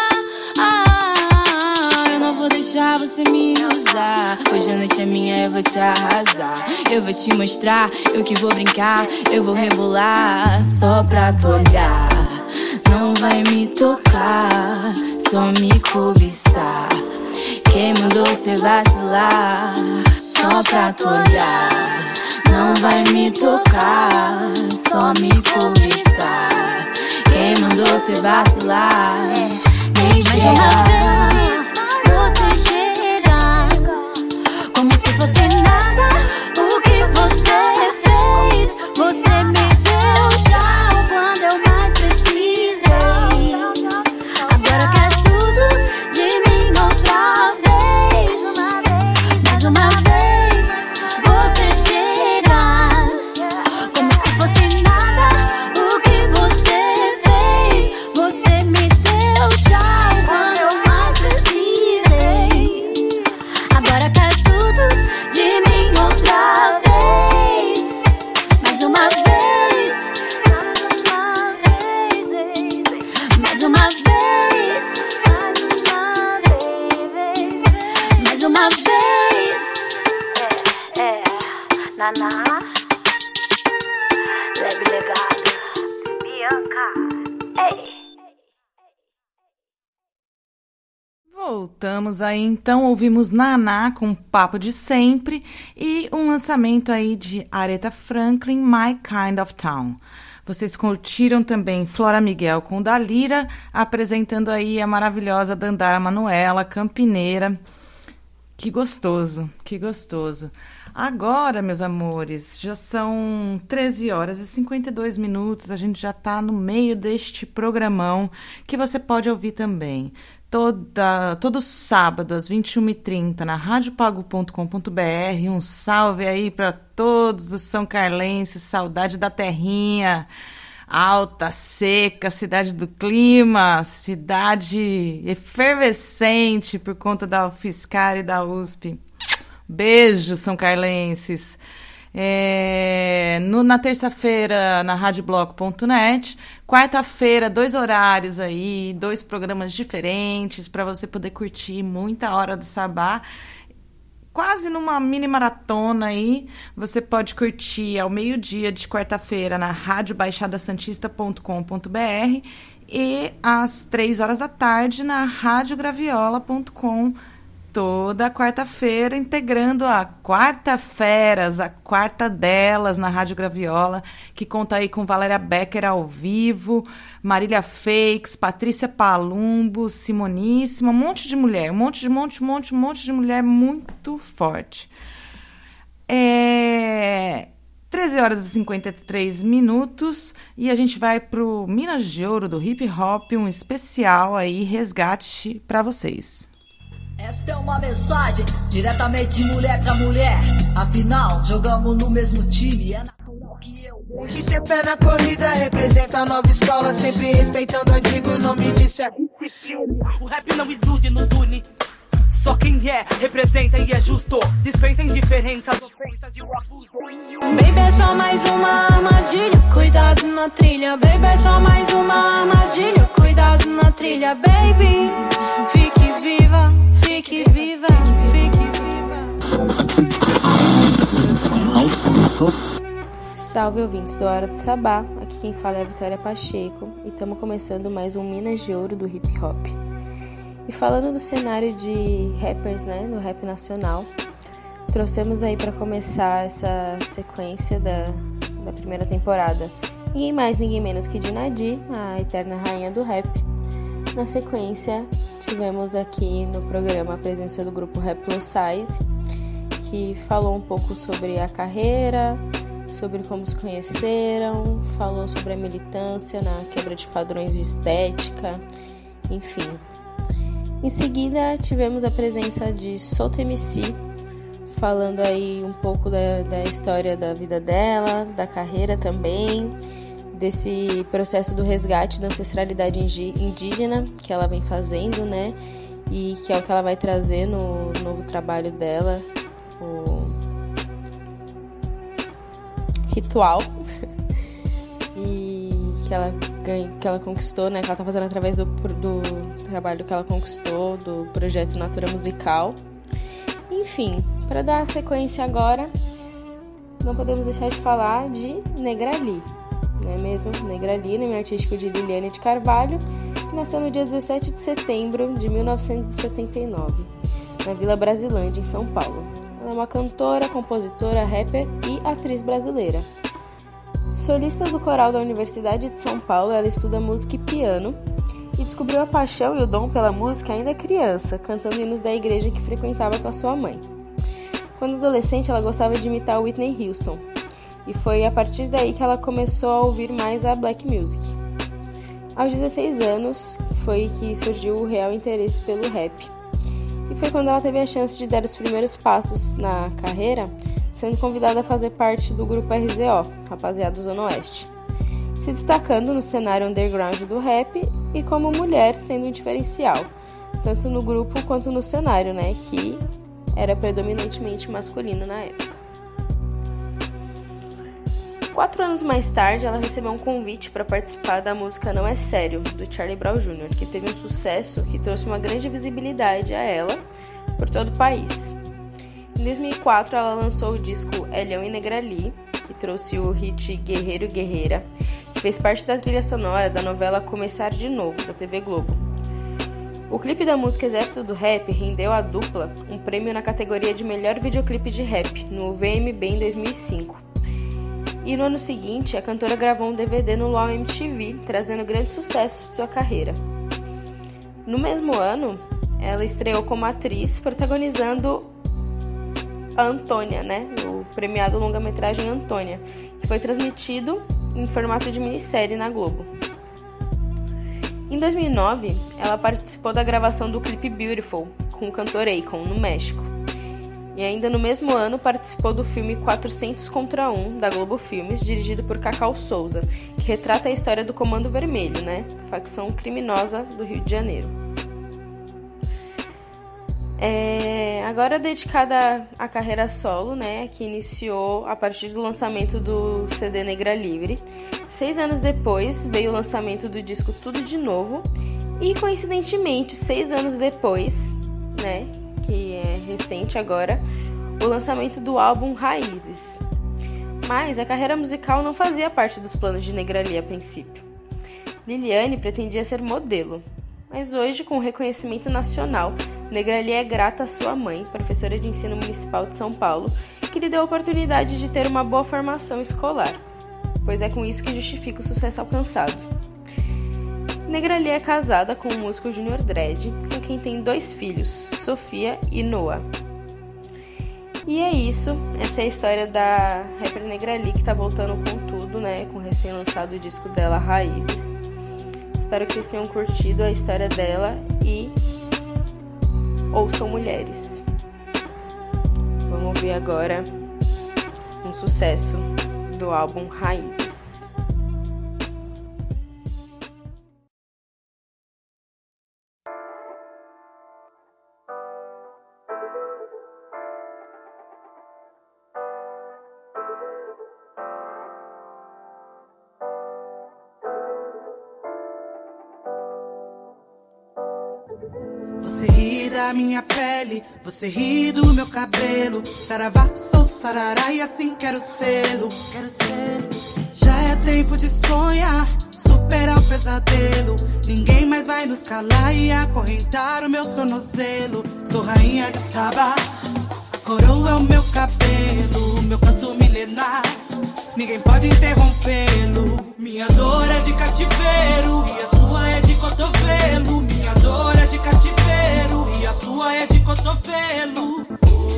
Ah, eu não vou deixar você me usar. Hoje a noite é minha, eu vou te arrasar. Eu vou te mostrar, eu que vou brincar. Eu vou rebolar só pra tu olhar. Não vai me tocar, só me cobiçar. Quem mandou cê vacilar? Só pra tu olhar. Não vai me tocar, só me cobiçar. Quem mandou cê vacilar? Me chega. Você chega como se fosse nada o que você fez. Você me deu tchau quando eu mais precisei. Agora quer tudo de mim outra vez. Mais uma vez, você chega como se fosse nada o que você fez. Você me deu tchau quando eu mais precisei. Agora quer tudo de mim uma vez. É, é, Naná, Leve Legado, Bianca, ei. Voltamos aí, então, ouvimos Naná com Papo de Sempre e um lançamento aí de Aretha Franklin, My Kind of Town. Vocês curtiram também Flora Miguel com Dalira, apresentando aí a maravilhosa Dandara Manoela, campineira. Que gostoso, que gostoso. Agora, meus amores, já são treze horas e cinquenta e dois minutos, a gente já está no meio deste programão que você pode ouvir também. Toda, todo sábado, às vinte e uma e trinta, na rádio pago ponto com ponto b r. Um salve aí para todos os são carlenses, saudade da terrinha, alta, seca, cidade do clima, cidade efervescente por conta da UFSCar e da U S P. Beijo, são carlenses. É, no, na terça-feira, na rádio bloco ponto net. Quarta-feira, dois horários aí, dois programas diferentes para você poder curtir muita hora do Sabá. Quase numa mini maratona aí. Você pode curtir ao meio-dia de quarta-feira na rádio baixada santista ponto com ponto b r e às três horas da tarde na rádio graviola ponto com. Toda quarta-feira, integrando a Quarta-Feras, a quarta delas na Rádio Graviola, que conta aí com Valéria Becker ao vivo, Marília Fakes, Patrícia Palumbo, Simoníssima, um monte de mulher, um monte de, monte, monte, monte de mulher muito forte. É... treze horas e cinquenta e três minutos e a gente vai pro Minas de Ouro do Hip Hop, um especial aí, resgate para vocês. Esta é uma mensagem diretamente de mulher pra mulher. Afinal, jogamos no mesmo time. É natural que eu que tem pé na corrida representa a nova escola, sempre respeitando o antigo nome disso é o rap não ilude, nos une. Só quem é, representa e é justo. Dispensa indiferenças, ofensas e o abuso. Baby, é só mais uma armadilha, cuidado na trilha. Baby, é só mais uma armadilha, cuidado na trilha. Baby, fique viva, fique viva, fique viva. Salve, ouvintes do Hora do Sabá. Aqui quem fala é a Vitória Pacheco e estamos começando mais um Minas de Ouro do Hip Hop. E falando do cenário de rappers, né, do rap nacional, trouxemos aí para começar essa sequência da, da primeira temporada ninguém mais, ninguém menos que Dinadi, a eterna rainha do rap. Na sequência, tivemos aqui no programa a presença do grupo Rap Plus Size, que falou um pouco sobre a carreira, sobre como se conheceram, falou sobre a militância na quebra de padrões de estética, enfim. Em seguida, tivemos a presença de Solta M C, falando aí um pouco da, da história da vida dela, da carreira também, desse processo do resgate da ancestralidade indígena que ela vem fazendo, né? E que é o que ela vai trazer no novo trabalho dela, o Ritual, e que ela, ganha, que ela conquistou, né? Que ela tá fazendo através do, do trabalho que ela conquistou, do projeto Natura Musical. Enfim, para dar a sequência agora, não podemos deixar de falar de Negrali, não é mesmo? Negrali, nome artístico de Liliane de Carvalho, que nasceu no dia dezessete de setembro de mil novecentos e setenta e nove, na Vila Brasilândia, em São Paulo. Ela é uma cantora, compositora, rapper e atriz brasileira. Solista do coral da Universidade de São Paulo, ela estuda música e piano e descobriu a paixão e o dom pela música ainda criança, cantando hinos da igreja que frequentava com a sua mãe. Quando adolescente, ela gostava de imitar Whitney Houston, e foi a partir daí que ela começou a ouvir mais a black music. Aos dezesseis anos, foi que surgiu o real interesse pelo rap, e foi quando ela teve a chance de dar os primeiros passos na carreira, sendo convidada a fazer parte do grupo R Z O, Rapaziada Zona Oeste, se destacando no cenário underground do rap e como mulher sendo um diferencial, tanto no grupo quanto no cenário, né, que era predominantemente masculino na época. Quatro anos mais tarde, ela recebeu um convite para participar da música Não É Sério, do Charlie Brown Júnior, que teve um sucesso que trouxe uma grande visibilidade a ela, por todo o país. Em dois mil e quatro, ela lançou o disco Elhão e Negrali, que trouxe o hit Guerreiro e Guerreira, que fez parte da trilha sonora da novela Começar de Novo, da T V Globo. O clipe da música Exército do Rap rendeu à dupla um prêmio na categoria de melhor videoclipe de rap, no V M B em dois mil e cinco. E no ano seguinte, a cantora gravou um D V D no L O L M T V, trazendo grandes sucessos de sua carreira. No mesmo ano, ela estreou como atriz, protagonizando a Antônia, né? O premiado longa-metragem Antônia, que foi transmitido em formato de minissérie na Globo. Em dois mil e nove, ela participou da gravação do clipe Beautiful, com o cantor Akon, no México. E ainda no mesmo ano, participou do filme quatrocentos contra um, da Globo Filmes, dirigido por Cacau Souza, que retrata a história do Comando Vermelho, né? Facção criminosa do Rio de Janeiro. É, agora dedicada à carreira solo, né, que iniciou a partir do lançamento do C D Negra Livre. Seis anos depois veio o lançamento do disco Tudo de Novo e, coincidentemente, seis anos depois, né, que é recente agora, o lançamento do álbum Raízes. Mas a carreira musical não fazia parte dos planos de Negrali a princípio. Liliane pretendia ser modelo, mas hoje, com o reconhecimento nacional, Negrali é grata à sua mãe, professora de ensino municipal de São Paulo, que lhe deu a oportunidade de ter uma boa formação escolar, pois é com isso que justifica o sucesso alcançado. Negrali é casada com o músico Junior Dredd, com quem tem dois filhos, Sofia e Noah. E é isso, essa é a história da rapper Negrali, que tá voltando com tudo, né, com o recém-lançado disco dela, Raízes. Espero que vocês tenham curtido a história dela e ouçam mulheres. Vamos ouvir agora um sucesso do álbum Raízes. Você ri da minha pele, você ri do meu cabelo. Saravá, sou sarará e assim quero sê-lo. Quero sê-lo. Já é tempo de sonhar, superar o pesadelo. Ninguém mais vai nos calar e acorrentar o meu tornozelo. Sou rainha de Sabá, a coroa é o meu cabelo, meu canto milenar, ninguém pode interrompê-lo. Minha dor é de cativeiro e a sua é de cotovelo. Minha dor é de cativeiro e a sua é de cotovelo.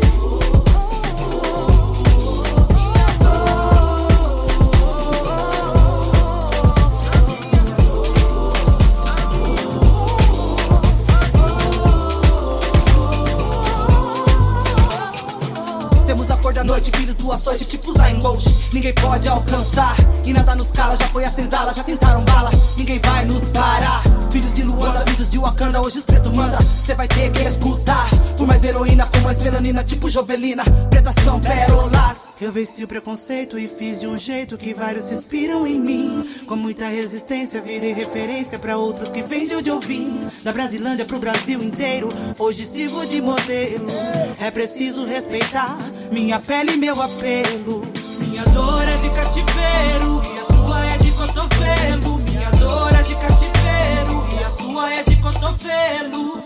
Temos a cor da noite, filhos do açoite, tipo Zayn Bolt. Ninguém pode alcançar e nada nos cala. Já foi a senzala, já tentaram bala, ninguém vai nos parar. Filhos de Luanda, filhos de Wakanda, hoje os preto manda, cê vai ter que escutar. Por mais heroína, com mais melanina, tipo Jovelina, pretas são pérolas. Eu venci o preconceito e fiz de um jeito que vários se inspiram em mim. Com muita resistência, virei referência pra outros que vêm de onde eu vim. Da Brasilândia pro Brasil inteiro, hoje sirvo de modelo. É preciso respeitar minha pele e meu apelo. Minha dor é de cativeiro e a sua é de cotovelo. Minha dor é de cativeiro e a sua é de cotovelo.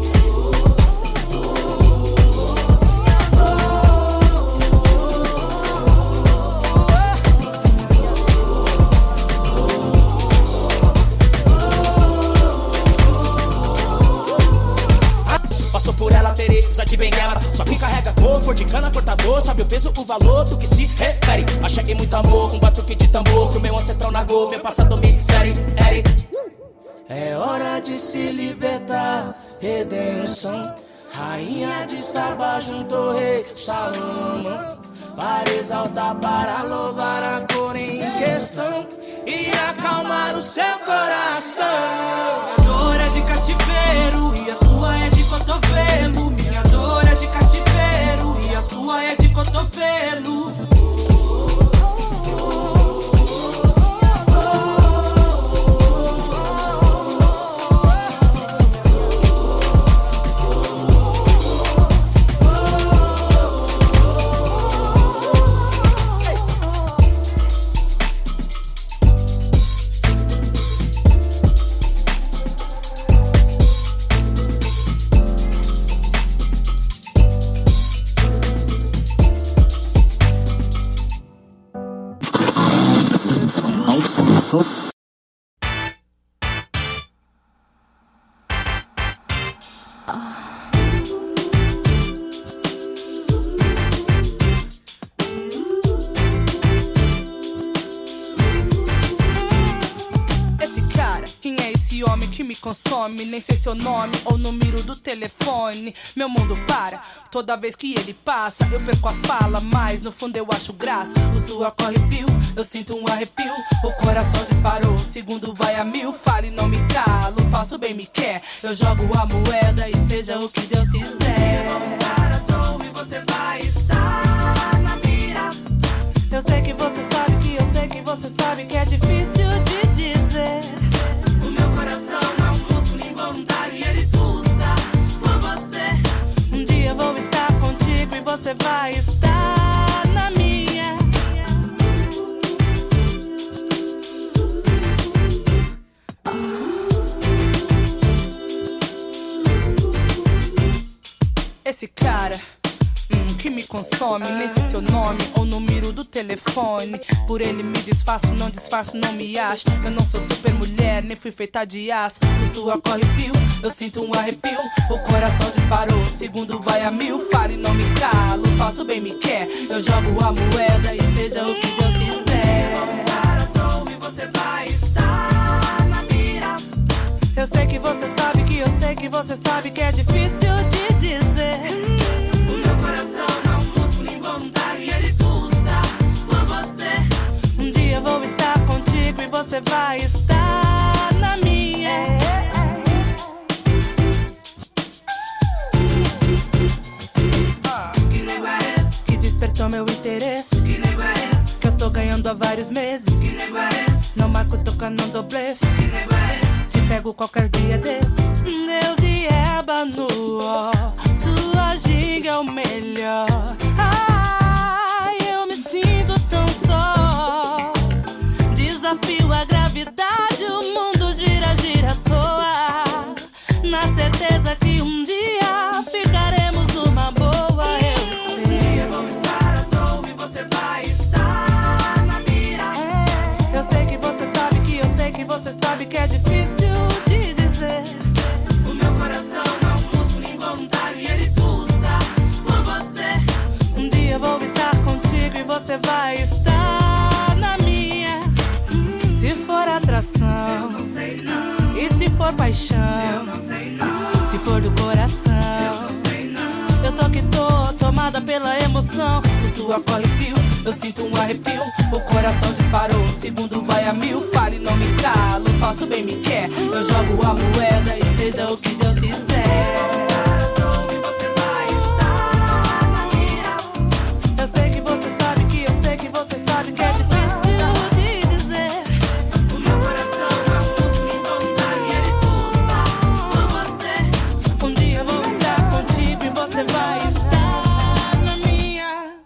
Passou por ela, Tereza de Benguela. Só quem carrega cor, for de cana, cortador, sabe o peso, o valor do que se refere. Achei muito amor, um batuque de tambor, pro meu ancestral nagô, meu passado me fere. Eri. É hora de se libertar, redenção. Rainha de Sabá juntou rei Salomão, para exaltar, para louvar a cor em questão e acalmar o seu coração. Minha dor é de cativeiro e a sua é de cotovelo. Minha dor é de cativeiro e a sua é de cotovelo. consome, nem sei seu nome ou número do telefone. Meu mundo para, toda vez que ele passa eu perco a fala, mas no fundo eu acho graça. O suor corre fio, eu sinto um arrepio, o coração disparou, o segundo vai a mil. Fale, não me calo, faço bem me quer, eu jogo a moeda e seja o que Deus quiser. Vamos estar à toa e você vai estar na mira. Eu sei que você sabe que eu sei que você sabe que é difícil de dizer. O meu coração não é um músculo involuntário e ele pulsa por você. Um dia vou estar contigo e você vai estar na minha. Esse cara hum, que me consome, nem sei seu nome ou número do telefone. Por ele me disfarço, não disfarço, não me acho. Eu não sou super mulher, nem fui feita de aço. O suor corre fio, eu sinto um arrepio, o coração disparou, o segundo vai a mil. Fale, não me calo, faço bem me quer, eu jogo a moeda e seja o que Deus quiser. Vamos estar à toa e você vai estar na mira. Eu sei que você sabe que eu sei que você sabe que é difícil de dizer. O meu coração não é um músculo involuntário e ele pulsa por você. Um dia vou estar contigo e você vai estar na minha. Ah, que nego é esse? Que despertou meu interesse. Que nego é esse? Que eu tô ganhando há vários meses. Que nego é esse? Não marco, toca, não dou blefe. Que nego é esse? Te pego qualquer dia desses. Deus e eba no ó, sua ginga é o melhor. Ai, eu me sinto tão só. Desafio a gravidade, o mundo gira, gira à toa. Na certeza que um dia ficaremos numa boa, eu sei. Um dia vou estar à toa e você vai estar na mira. Eu sei que você sabe que eu sei que você sabe que é difícil de dizer. O meu coração não é um músculo involuntário e ele pulsa por você. Um dia vou estar contigo e você vai estar na minha. Se for atração, eu não sei não. E se for paixão, eu não sei não. Se for do coração, eu não sei não. Eu tô que tô tomada pela emoção. O suor corre fio, eu sinto um arrepio, o coração disparou, o segundo vai a mil. Fale, não me calo, faço bem me quer, eu jogo a moeda e seja o que Deus quiser. Vamos estar à toa e você vai estar na mira. Eu sei que você sabe que eu sei que você sabe que é difícil de dizer. O meu coração é um músculo involuntário e ele pulsa por você. Um dia vou estar contigo e você vai estar na minha.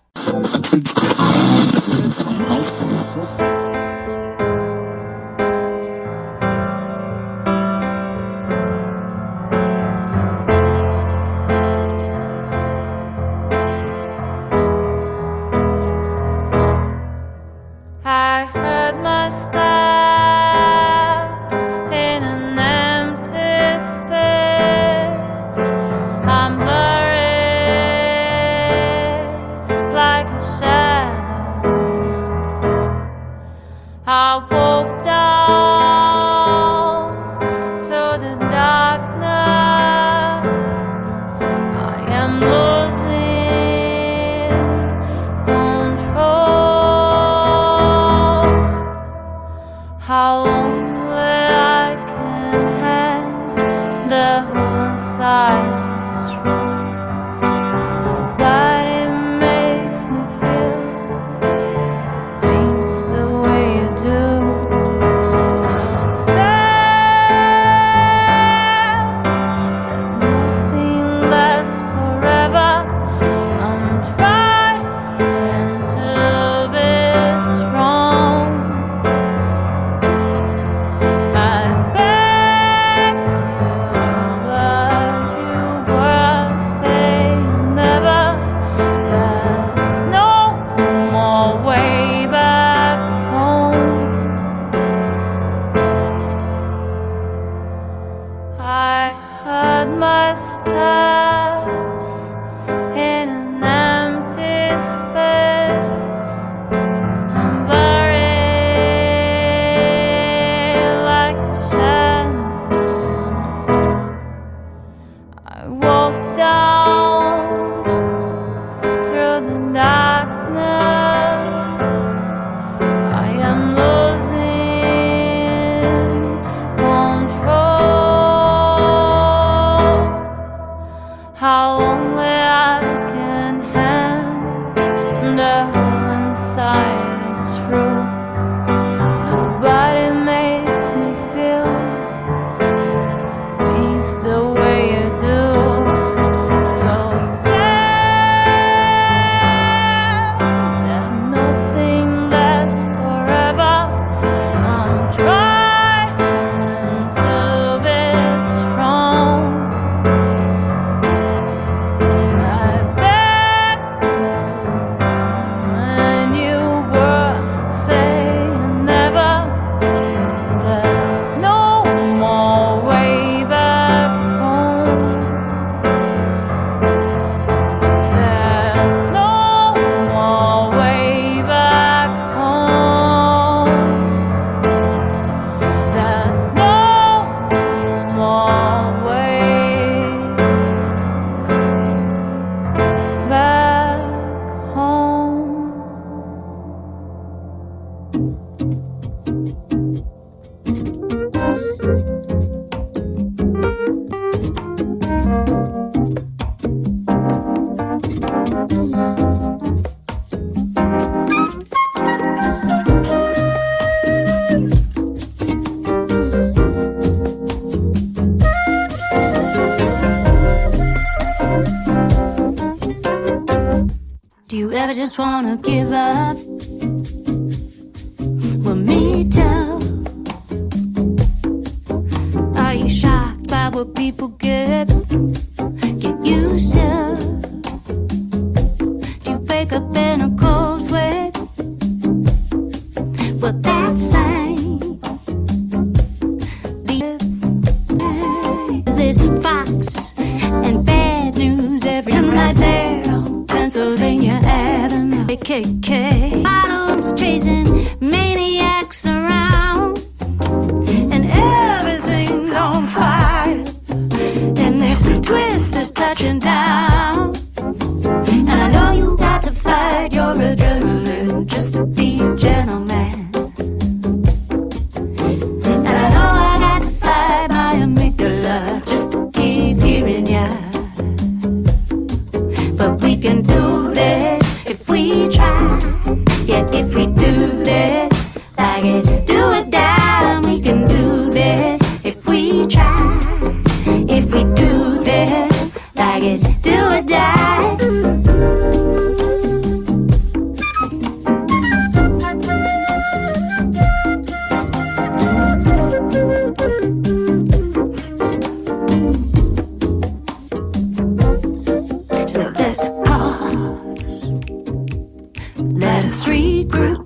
Do you ever just wanna give up? Well, me too. Are you shocked by what people get? Get used to? Do you wake up in a cold sweat? Well, that's same. There's Fox and bad news every time right there on Pennsylvania Avenue. K K bottles chasing maniacs around, and everything's on fire. And there's twisters touching down, and I know you got to fight your adrenaline just to be a gentleman. And I know I got to fight my amygdala just to keep hearing ya. But we can do this if we try. Yeah, if we do this, like it's do or die. We can do this if we try. If we do this, like it's do or die. So let's pause. Let us regroup.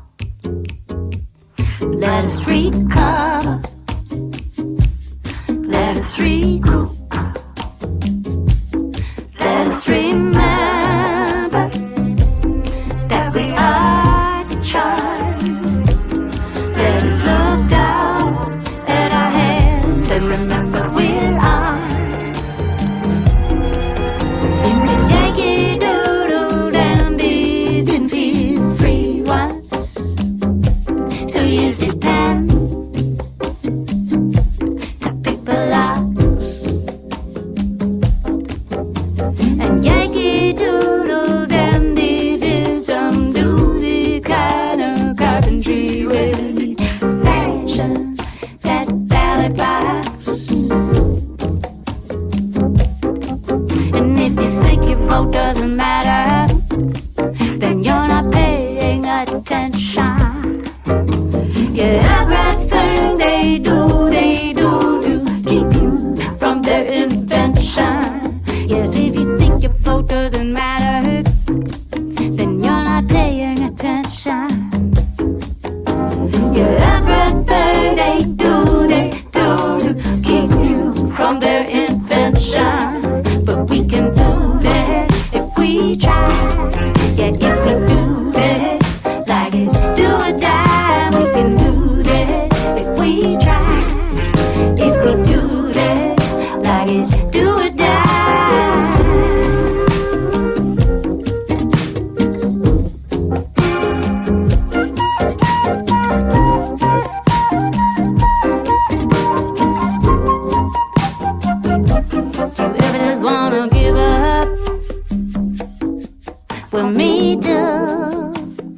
Let us recover. Let us regroup. Let us remember that we are the child. Let us look down at our hands and remember we're on. Cause Yankee Doodle Dandy didn't feel free once, so he used his pen to pick the locks. And Yankee Doodle Dandy did some doozy kind of carpentry with fashion that ballad box. And if you think your vote doesn't matter, then you're not paying attention. Yeah, everything they do, they do to keep you from their invention. Yes, if you think your vote doesn't matter, then you're not paying attention. Yeah, everything they do, they do to keep you from their invention. But we can do this if we try. Yeah, if we do this, like it's do or die. We can do this if we try. If we do this, like it's do or die. Do you ever just wanna give up? Well, me too.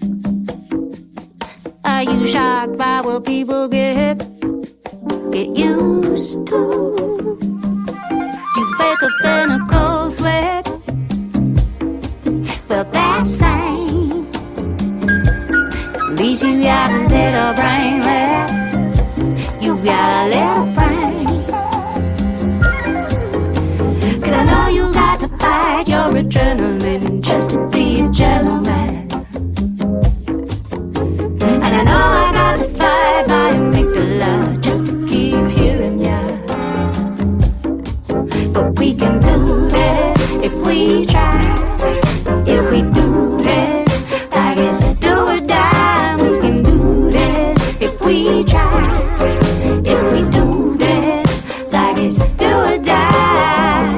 Are you shocked by what people get? Get used to? Do you wake up in a cold sweat? Well, that's same. At least you got a little brain left. You got a little brain. Cause I know you got to fight your adrenaline just to be a gentleman. And I know I got to fight my amygdala just to keep hearing ya. But we can do this if we try. If we do this, like it's do or die. We can do this if we try. If we do this, like it's do or die.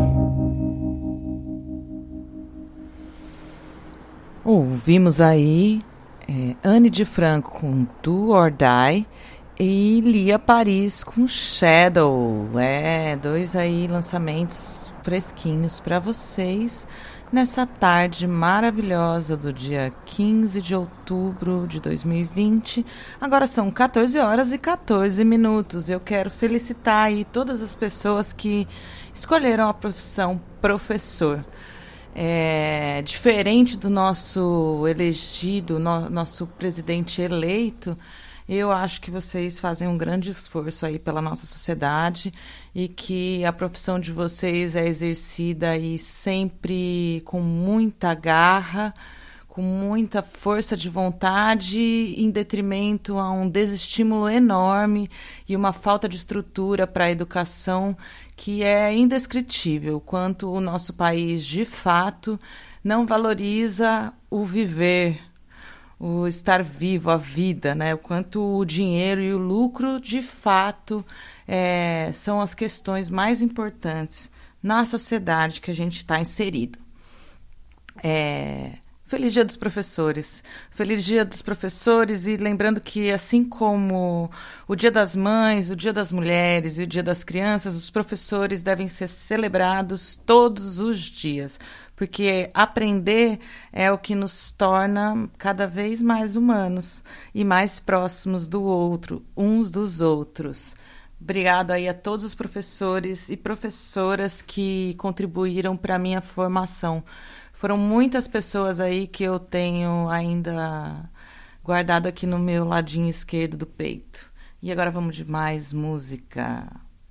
Ouvimos aí é, Anne de Franco com Do or Die e Lia Paris com Shadow. É, dois aí lançamentos fresquinhos para vocês nessa tarde maravilhosa do dia quinze de outubro de dois mil e vinte. Agora são quatorze horas e quatorze minutos. Eu quero felicitar aí todas as pessoas que escolheram a profissão professor. é, diferente do nosso elegido, no, nosso presidente eleito, eu acho que vocês fazem um grande esforço aí pela nossa sociedade e que a profissão de vocês é exercida aí sempre com muita garra, com muita força de vontade, em detrimento a um desestímulo enorme e uma falta de estrutura para a educação que é indescritível, quanto o nosso país, de fato, não valoriza o viver, o estar vivo, a vida, né? O quanto o dinheiro e o lucro, de fato, é, são as questões mais importantes na sociedade que a gente está inserido. É... Feliz Dia dos Professores. Feliz Dia dos Professores e lembrando que, assim como o Dia das Mães, o Dia das Mulheres e o Dia das Crianças, os professores devem ser celebrados todos os dias, porque aprender é o que nos torna cada vez mais humanos e mais próximos do outro, uns dos outros. Obrigado aí a todos os professores e professoras que contribuíram para a minha formação. Foram muitas pessoas aí que eu tenho ainda guardado aqui no meu ladinho esquerdo do peito. E agora vamos de mais música.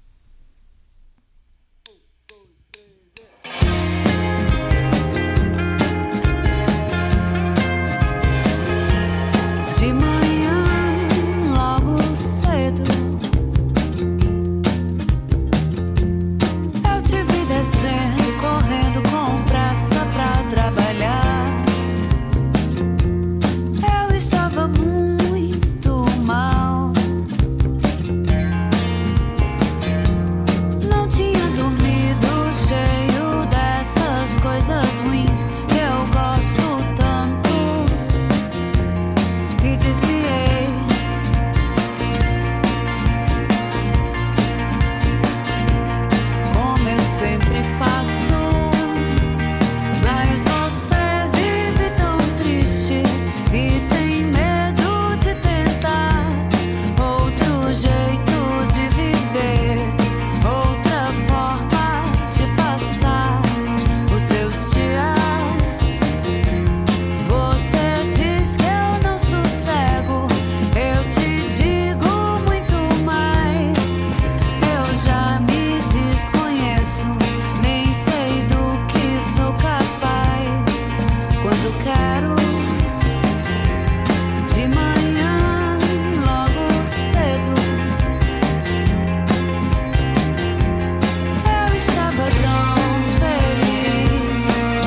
De manhã, logo cedo, eu te vi descendo, correndo com pressa pra trabalhar. Eu estava muito mal. Não tinha dormido, cheio dessas coisas ruins que eu gosto tanto. E desviei. Como eu sempre faço. Mas você vive tão triste e tem medo de tentar outro jeito de viver, outra forma de passar os seus dias. Você diz que eu não sossego, eu te digo muito mais. Eu já me desconheço, nem sei do que sou capaz. Quando quero, de manhã, logo cedo, eu estava tão feliz.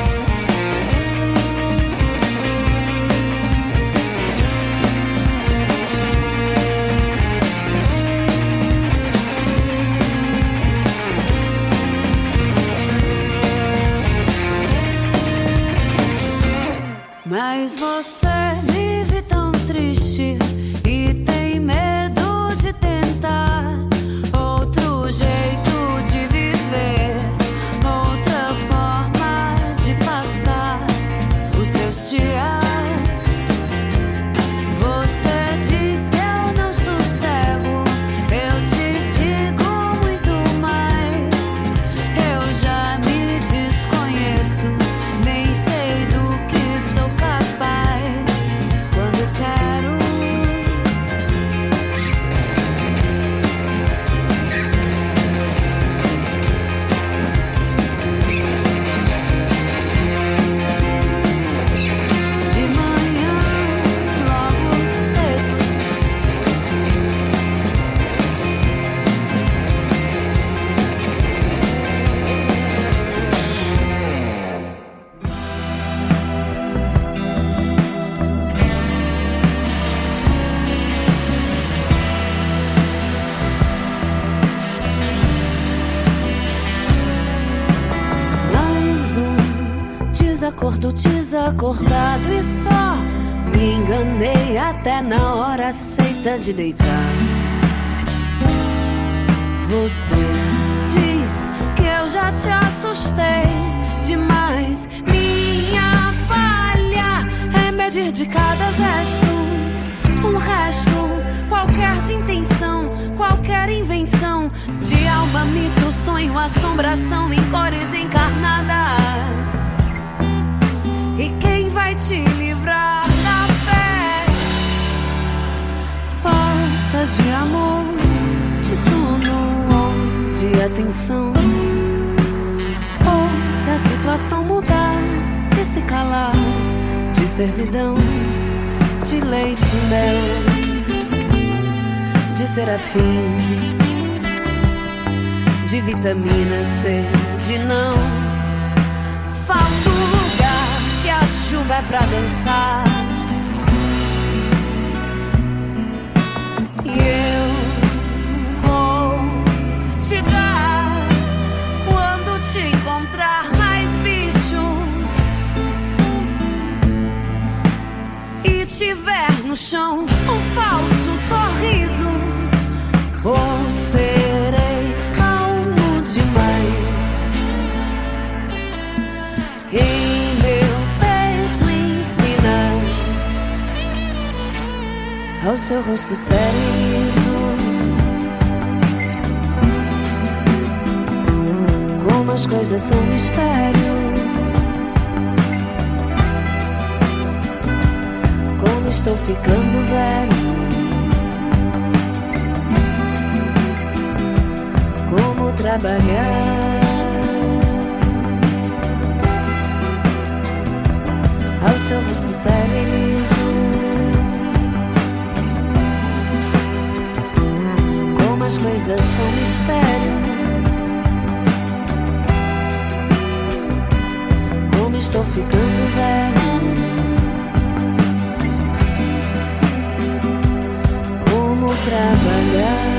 Mas você vive tão triste e tem medo de tentar outro jeito de viver, outra forma de passar os seus dias. Você diz que eu não sossego, eu te digo muito mais. Eu já me desconheço, nem sei do que sou capaz. Quando quero, de manhã, logo cedo, mais um desacordo desacordado e só me enganei até na hora certa de deitar. Você diz que eu já te assustei demais. Minha falha é medir de cada gesto um resto qualquer de intenção, qualquer invenção de alma, mito, sonho, assombração em cores encarnadas. atenção, ou da situação mudar, de se calar, de servidão, de leite e mel, de serafins, de vitamina C, de não. Falta o lugar que a chuva é pra dançar, e eu vou te dar quando te encontrar mais bicho e tiver no chão um falso sorriso, ou serei calmo demais em meu peito ensinar ao seu rosto sério e liso como as coisas são mistério, como estou ficando velho, como trabalhar ao seu rosto sério e liso, como as coisas são mistério, como estou ficando velho, como trabalhar.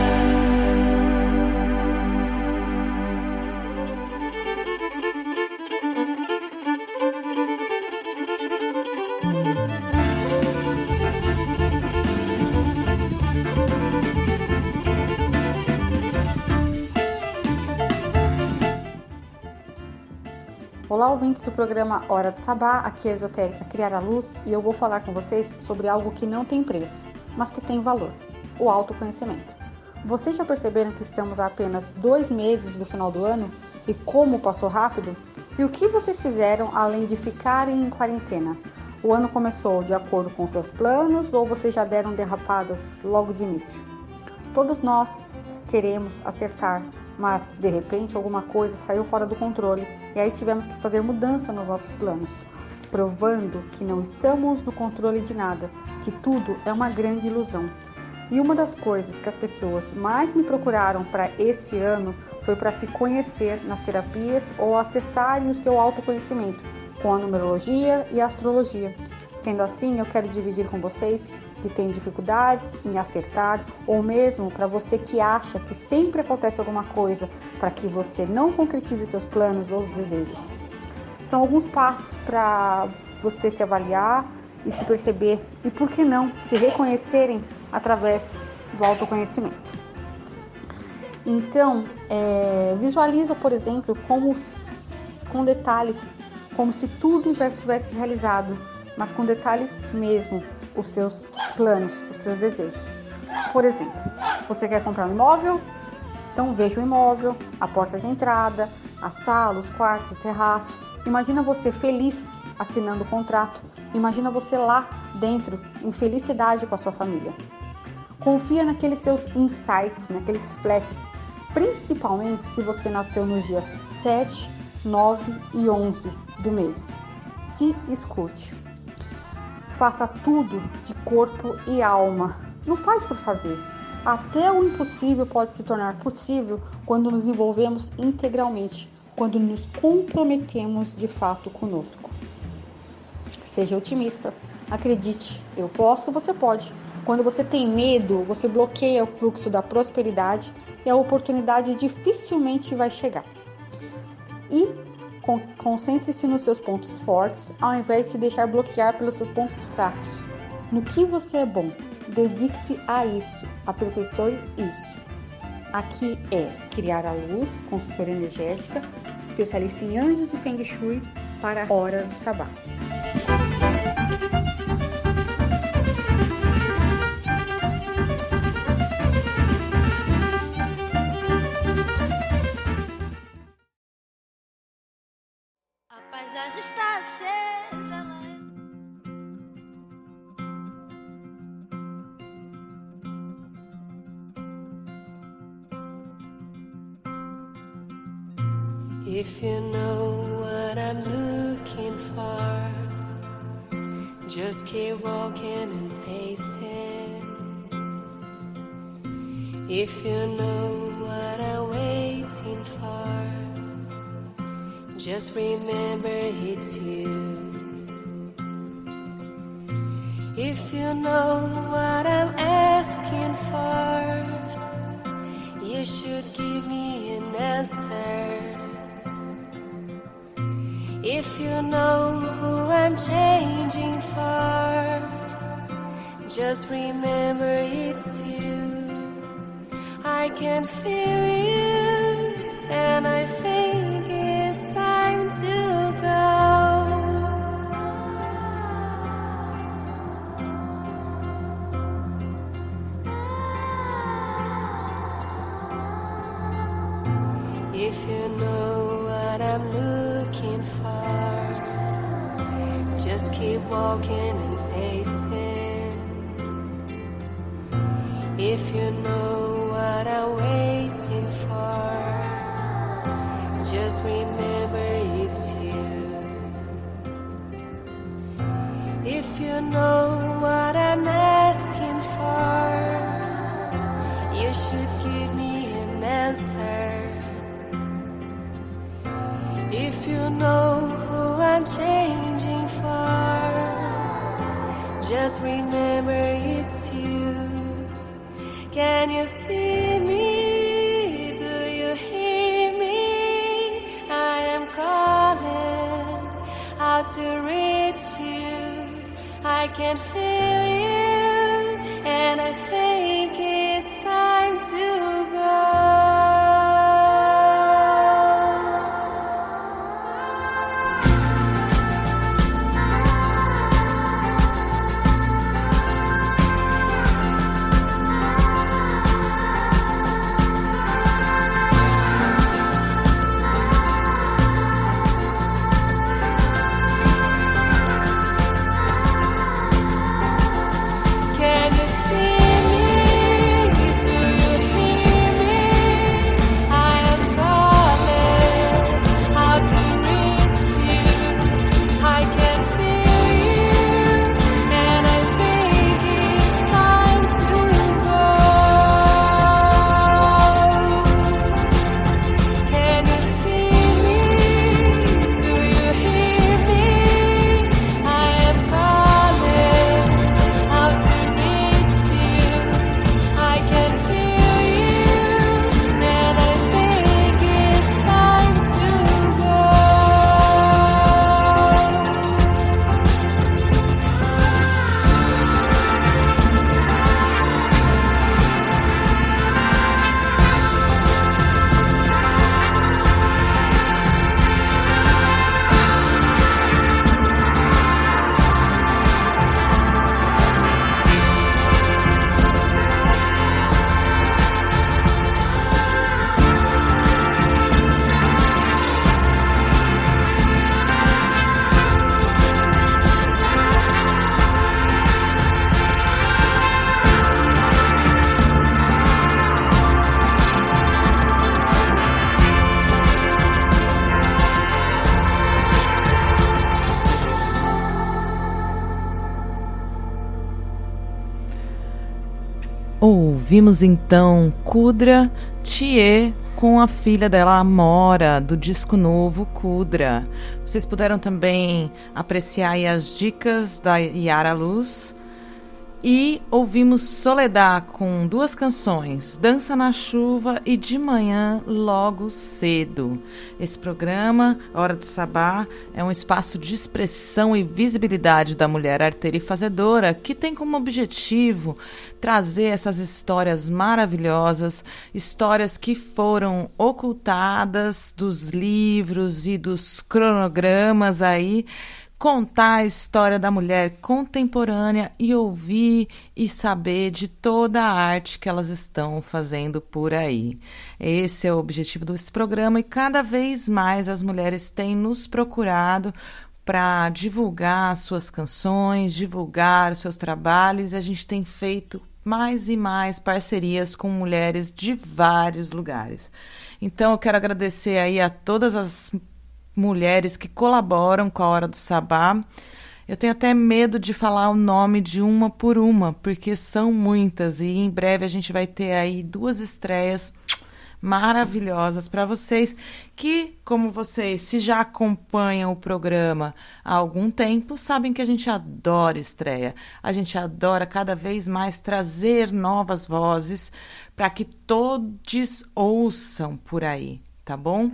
Olá, ouvintes do programa Hora do Sabá, aqui é a esotérica Criar a Luz e eu vou falar com vocês sobre algo que não tem preço, mas que tem valor, o autoconhecimento. Vocês já perceberam que estamos a apenas dois meses do final do ano e como passou rápido? E o que vocês fizeram além de ficarem em quarentena? O ano começou de acordo com seus planos ou vocês já deram derrapadas logo de início? Todos nós queremos acertar, mas de repente alguma coisa saiu fora do controle e aí tivemos que fazer mudança nos nossos planos, provando que não estamos no controle de nada, que tudo é uma grande ilusão. E uma das coisas que as pessoas mais me procuraram para esse ano foi para se conhecer nas terapias ou acessarem o seu autoconhecimento com a numerologia e a astrologia. Sendo assim, eu quero dividir com vocês que têm dificuldades em acertar, ou mesmo para você que acha que sempre acontece alguma coisa para que você não concretize seus planos ou desejos. São alguns passos para você se avaliar e se perceber e, por que não, se reconhecerem através do autoconhecimento. Então, é, visualiza, por exemplo, como, com detalhes, como se tudo já estivesse realizado, mas com detalhes mesmo, os seus planos, os seus desejos. Por exemplo, você quer comprar um imóvel? Então veja o imóvel, a porta de entrada, a sala, os quartos, o terraço. Imagina você feliz assinando o contrato. Imagina você lá dentro, em felicidade com a sua família. Confia naqueles seus insights, naqueles flashes, principalmente se você nasceu nos dias sete, nove e onze do mês. Se escute. Faça tudo de corpo e alma. Não faz por fazer. Até o impossível pode se tornar possível quando nos envolvemos integralmente, quando nos comprometemos de fato conosco. Seja otimista. Acredite, eu posso, você pode. Quando você tem medo, você bloqueia o fluxo da prosperidade e a oportunidade dificilmente vai chegar. E concentre-se nos seus pontos fortes, ao invés de se deixar bloquear pelos seus pontos fracos. No que você é bom, dedique-se a isso, aperfeiçoe isso. Aqui é Criar a Luz, consultora energética, especialista em anjos e Feng Shui para a Hora do Sabá. paisagem está acesa. If you know what I'm looking for, just keep walking and pacing. If you know what I'm waiting for, just remember it's you. If you know what I'm asking for, you should give me an answer. If you know who I'm changing for, just remember it's you. I can feel you, and I think it's time to go. If you know what I'm looking for, just keep walking and pacing. If you know what I'm waiting for, just remember it's you. If you know what I'm asking for, you should give me an answer. If you know who I'm changing for, just remember it's you. Can you see me? Do you hear me? I am calling out to reach you. I can feel you, and I think it's time to go. Ouvimos então Kudra Thier com a filha dela, Amora, do disco novo Kudra. Vocês puderam também apreciar aí as dicas da Yara Luz. E ouvimos Soledad com duas canções, Dança na Chuva e De Manhã Logo Cedo. Esse programa, Hora do Sabá, é um espaço de expressão e visibilidade da mulher arteira e fazedora que tem como objetivo trazer essas histórias maravilhosas, histórias que foram ocultadas dos livros e dos cronogramas aí, contar a história da mulher contemporânea e ouvir e saber de toda a arte que elas estão fazendo por aí. Esse é o objetivo desse programa e cada vez mais as mulheres têm nos procurado para divulgar suas canções, divulgar os seus trabalhos, e a gente tem feito mais e mais parcerias com mulheres de vários lugares. Então, eu quero agradecer aí a todas as mulheres que colaboram com a Hora do Sabá. Eu tenho até medo de falar o nome de uma por uma, porque são muitas, e em breve a gente vai ter aí duas estreias maravilhosas para vocês, que, como vocês, se já acompanham o programa há algum tempo, sabem que a gente adora estreia. A gente adora cada vez mais trazer novas vozes para que todos ouçam por aí, tá bom?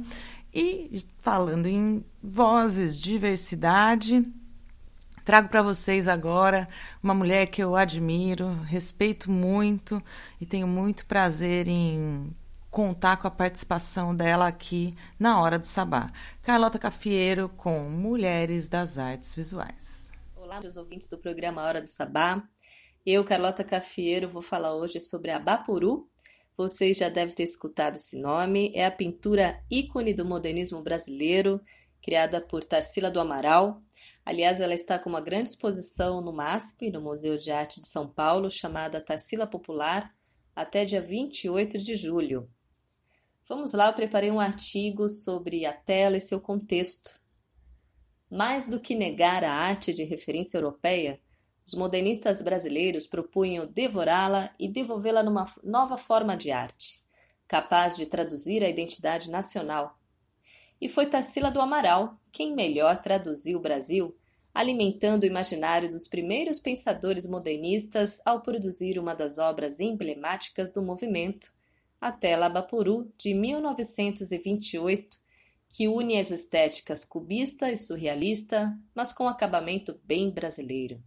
E falando em vozes, diversidade, trago para vocês agora uma mulher que eu admiro, respeito muito e tenho muito prazer em contar com a participação dela aqui na Hora do Sabá. Carlota Cafiero com Mulheres das Artes Visuais. Olá, meus ouvintes do programa Hora do Sabá. Eu, Carlota Cafiero, vou falar hoje sobre a Bapuru. Vocês já devem ter escutado esse nome. É a pintura ícone do modernismo brasileiro, criada por Tarsila do Amaral. Aliás, ela está com uma grande exposição no MASP, no Museu de Arte de São Paulo, chamada Tarsila Popular, até dia vinte e oito de julho. Vamos lá, eu preparei um artigo sobre a tela e seu contexto. Mais do que negar a arte de referência europeia, os modernistas brasileiros propunham devorá-la e devolvê-la numa nova forma de arte, capaz de traduzir a identidade nacional. E foi Tarsila do Amaral quem melhor traduziu o Brasil, alimentando o imaginário dos primeiros pensadores modernistas ao produzir uma das obras emblemáticas do movimento, a tela Bapuru, de mil novecentos e vinte e oito, que une as estéticas cubista e surrealista, mas com acabamento bem brasileiro.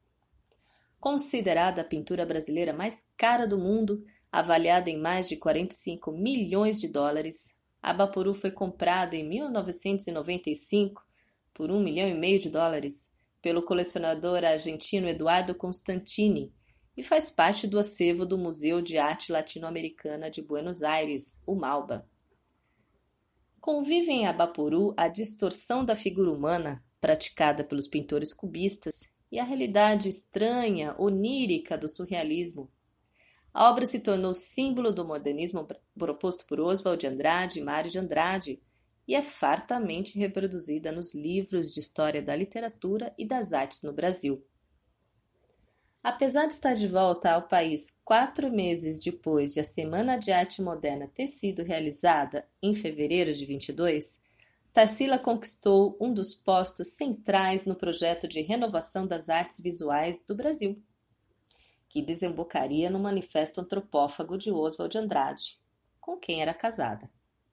Considerada a pintura brasileira mais cara do mundo, avaliada em mais de quarenta e cinco milhões de dólares, a Bapuru foi comprada em mil novecentos e noventa e cinco por um milhão e meio de dólares pelo colecionador argentino Eduardo Constantini, e faz parte do acervo do Museu de Arte Latino-Americana de Buenos Aires, o MALBA. Convivem a Bapuru a distorção da figura humana, praticada pelos pintores cubistas, e a realidade estranha, onírica do surrealismo. A obra se tornou símbolo do modernismo proposto por Oswald de Andrade e Mário de Andrade, e é fartamente reproduzida nos livros de história da literatura e das artes no Brasil. Apesar de estar de volta ao país quatro meses depois de a Semana de Arte Moderna ter sido realizada em fevereiro de vinte e dois, Tarsila conquistou um dos postos centrais no projeto de renovação das artes visuais do Brasil, que desembocaria no Manifesto Antropófago de Oswald de Andrade, com quem era casada.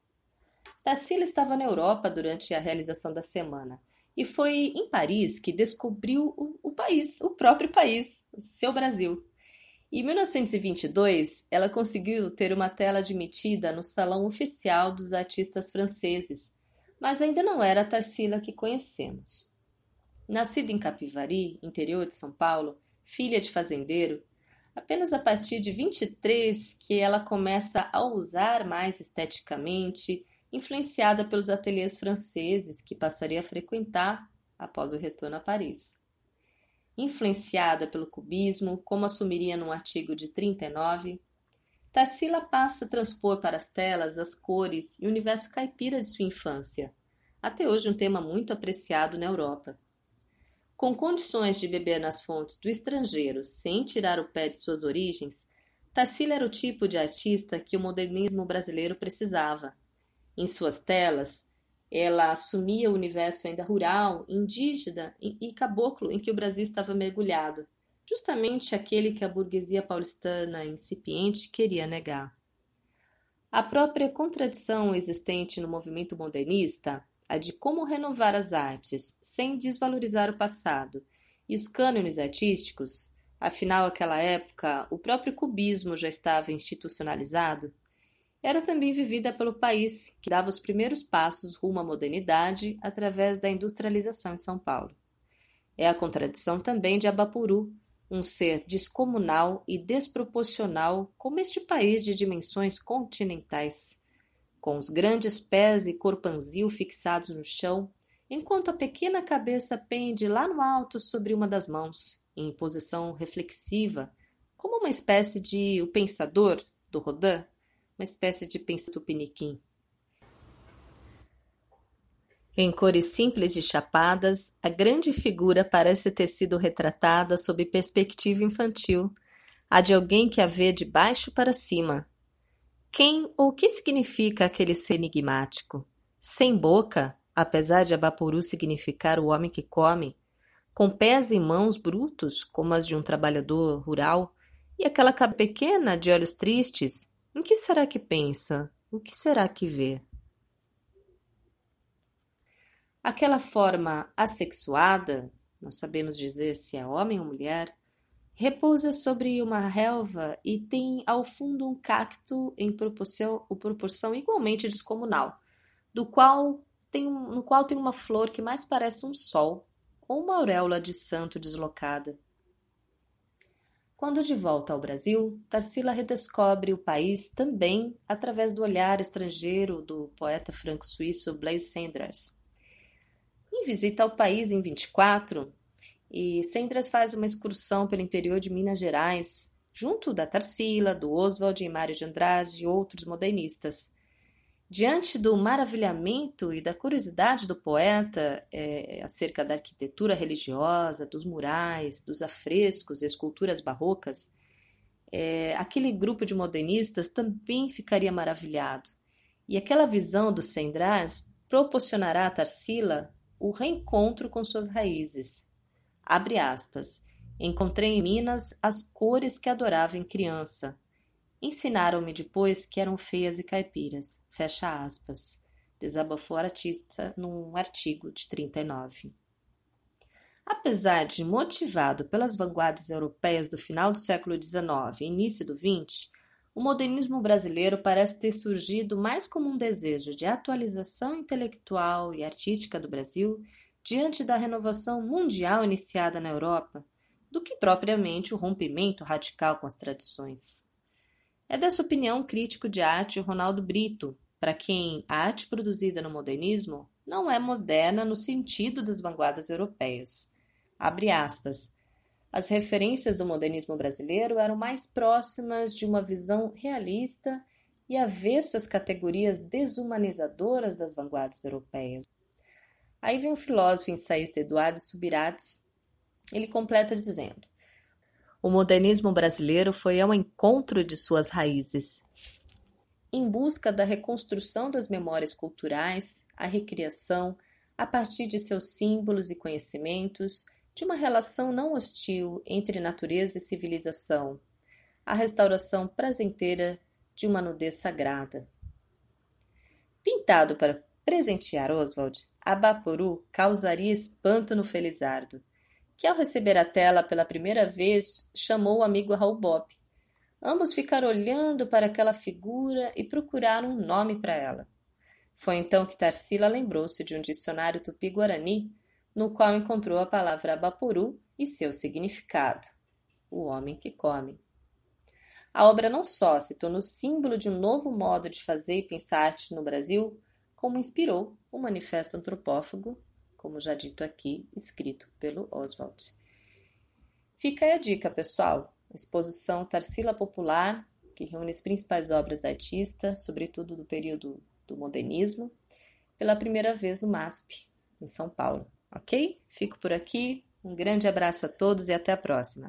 Tarsila estava na Europa durante a realização da semana, e foi em Paris que descobriu o, o país, o próprio país, o seu Brasil. Em mil novecentos e vinte e dois, ela conseguiu ter uma tela admitida no Salão Oficial dos Artistas Franceses, mas ainda não era a Tarsila que conhecemos. Nascida em Capivari, interior de São Paulo, filha de fazendeiro, apenas a partir de vinte e três que ela começa a ousar mais esteticamente, influenciada pelos ateliês franceses que passaria a frequentar após o retorno a Paris. Influenciada pelo cubismo, como assumiria num artigo de trinta e nove, Tarsila passa a transpor para as telas as cores e o universo caipira de sua infância, até hoje um tema muito apreciado na Europa. Com condições de beber nas fontes do estrangeiro sem tirar o pé de suas origens, Tarsila era o tipo de artista que o modernismo brasileiro precisava. Em suas telas, ela assumia o universo ainda rural, indígena e caboclo em que o Brasil estava mergulhado, justamente aquele que a burguesia paulistana incipiente queria negar. A própria contradição existente no movimento modernista, a de como renovar as artes sem desvalorizar o passado e os cânones artísticos, afinal, naquela época, o próprio cubismo já estava institucionalizado, era também vivida pelo país, que dava os primeiros passos rumo à modernidade através da industrialização em São Paulo. É a contradição também de Bapuru, um ser descomunal e desproporcional como este país de dimensões continentais, com os grandes pés e corpanzil fixados no chão, enquanto a pequena cabeça pende lá no alto sobre uma das mãos, em posição reflexiva, como uma espécie de O Pensador, do Rodin, uma espécie de pensador tupiniquim. Em cores simples de chapadas, a grande figura parece ter sido retratada sob perspectiva infantil, a de alguém que a vê de baixo para cima. Quem ou o que significa aquele ser enigmático? Sem boca, apesar de Abaporu significar o homem que come, com pés e mãos brutos, como as de um trabalhador rural, e aquela cabeça pequena de olhos tristes, em que será que pensa? O que será que vê? Aquela forma assexuada, não sabemos dizer se é homem ou mulher, repousa sobre uma relva e tem ao fundo um cacto em proporção, proporção igualmente descomunal, do qual tem, no qual tem uma flor que mais parece um sol ou uma auréola de santo deslocada. Quando de volta ao Brasil, Tarsila redescobre o país também através do olhar estrangeiro do poeta franco-suíço Blaise Cendrars. Em visita ao país em vinte e quatro, e Cendrars faz uma excursão pelo interior de Minas Gerais, junto da Tarsila, do Oswald e Mário de Andrade e outros modernistas. Diante do maravilhamento e da curiosidade do poeta é, acerca da arquitetura religiosa, dos murais, dos afrescos e esculturas barrocas, é, aquele grupo de modernistas também ficaria maravilhado. E aquela visão do Cendrars proporcionará a Tarsila o reencontro com suas raízes. Abre aspas. Encontrei em Minas as cores que adorava em criança. Ensinaram-me depois que eram feias e caipiras. Fecha aspas. Desabafou o artista num artigo de trinta e nove. Apesar de motivado pelas vanguardas europeias do final do século dezenove e início do vinte, o modernismo brasileiro parece ter surgido mais como um desejo de atualização intelectual e artística do Brasil diante da renovação mundial iniciada na Europa, do que propriamente o rompimento radical com as tradições. É dessa opinião o crítico de arte Ronaldo Brito, para quem a arte produzida no modernismo não é moderna no sentido das vanguardas europeias. Abre aspas. As referências do modernismo brasileiro eram mais próximas de uma visão realista e avesso às categorias desumanizadoras das vanguardas europeias. Aí vem o filósofo e ensaísta Eduardo Subirats. Ele completa dizendo: o modernismo brasileiro foi ao encontro de suas raízes, em busca da reconstrução das memórias culturais, a recriação, a partir de seus símbolos e conhecimentos, de uma relação não hostil entre natureza e civilização, a restauração prazenteira de uma nudez sagrada. Pintado para presentear Oswald, Abaporu causaria espanto no Felizardo, que ao receber a tela pela primeira vez chamou o amigo Raul Bopp. Ambos ficaram olhando para aquela figura e procuraram um nome para ela. Foi então que Tarsila lembrou-se de um dicionário tupi-guarani, no qual encontrou a palavra Abaporu e seu significado, o homem que come. A obra não só se tornou símbolo de um novo modo de fazer e pensar arte no Brasil, como inspirou o Manifesto Antropófago, como já dito aqui, escrito pelo Oswald. Fica aí a dica, pessoal. A exposição Tarsila Popular, que reúne as principais obras da artista, sobretudo do período do modernismo, pela primeira vez no MASP, em São Paulo. Ok? Fico por aqui. Um grande abraço a todos e até a próxima.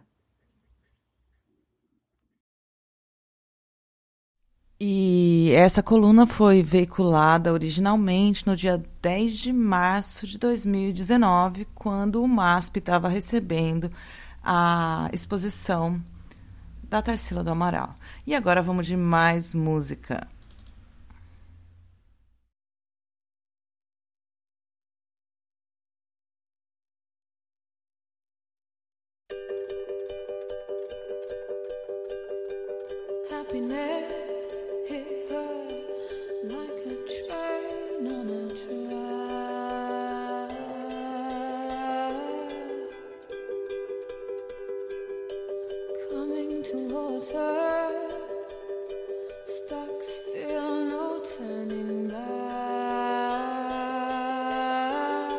E essa coluna foi veiculada originalmente no dia dez de março de dois mil e dezenove, quando o MASP estava recebendo a exposição da Tarsila do Amaral. E agora vamos de mais música. Happiness hit her like a train on a track, coming towards her, stuck still, no turning back.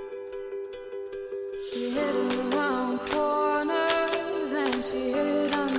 She hid around corners and she hid under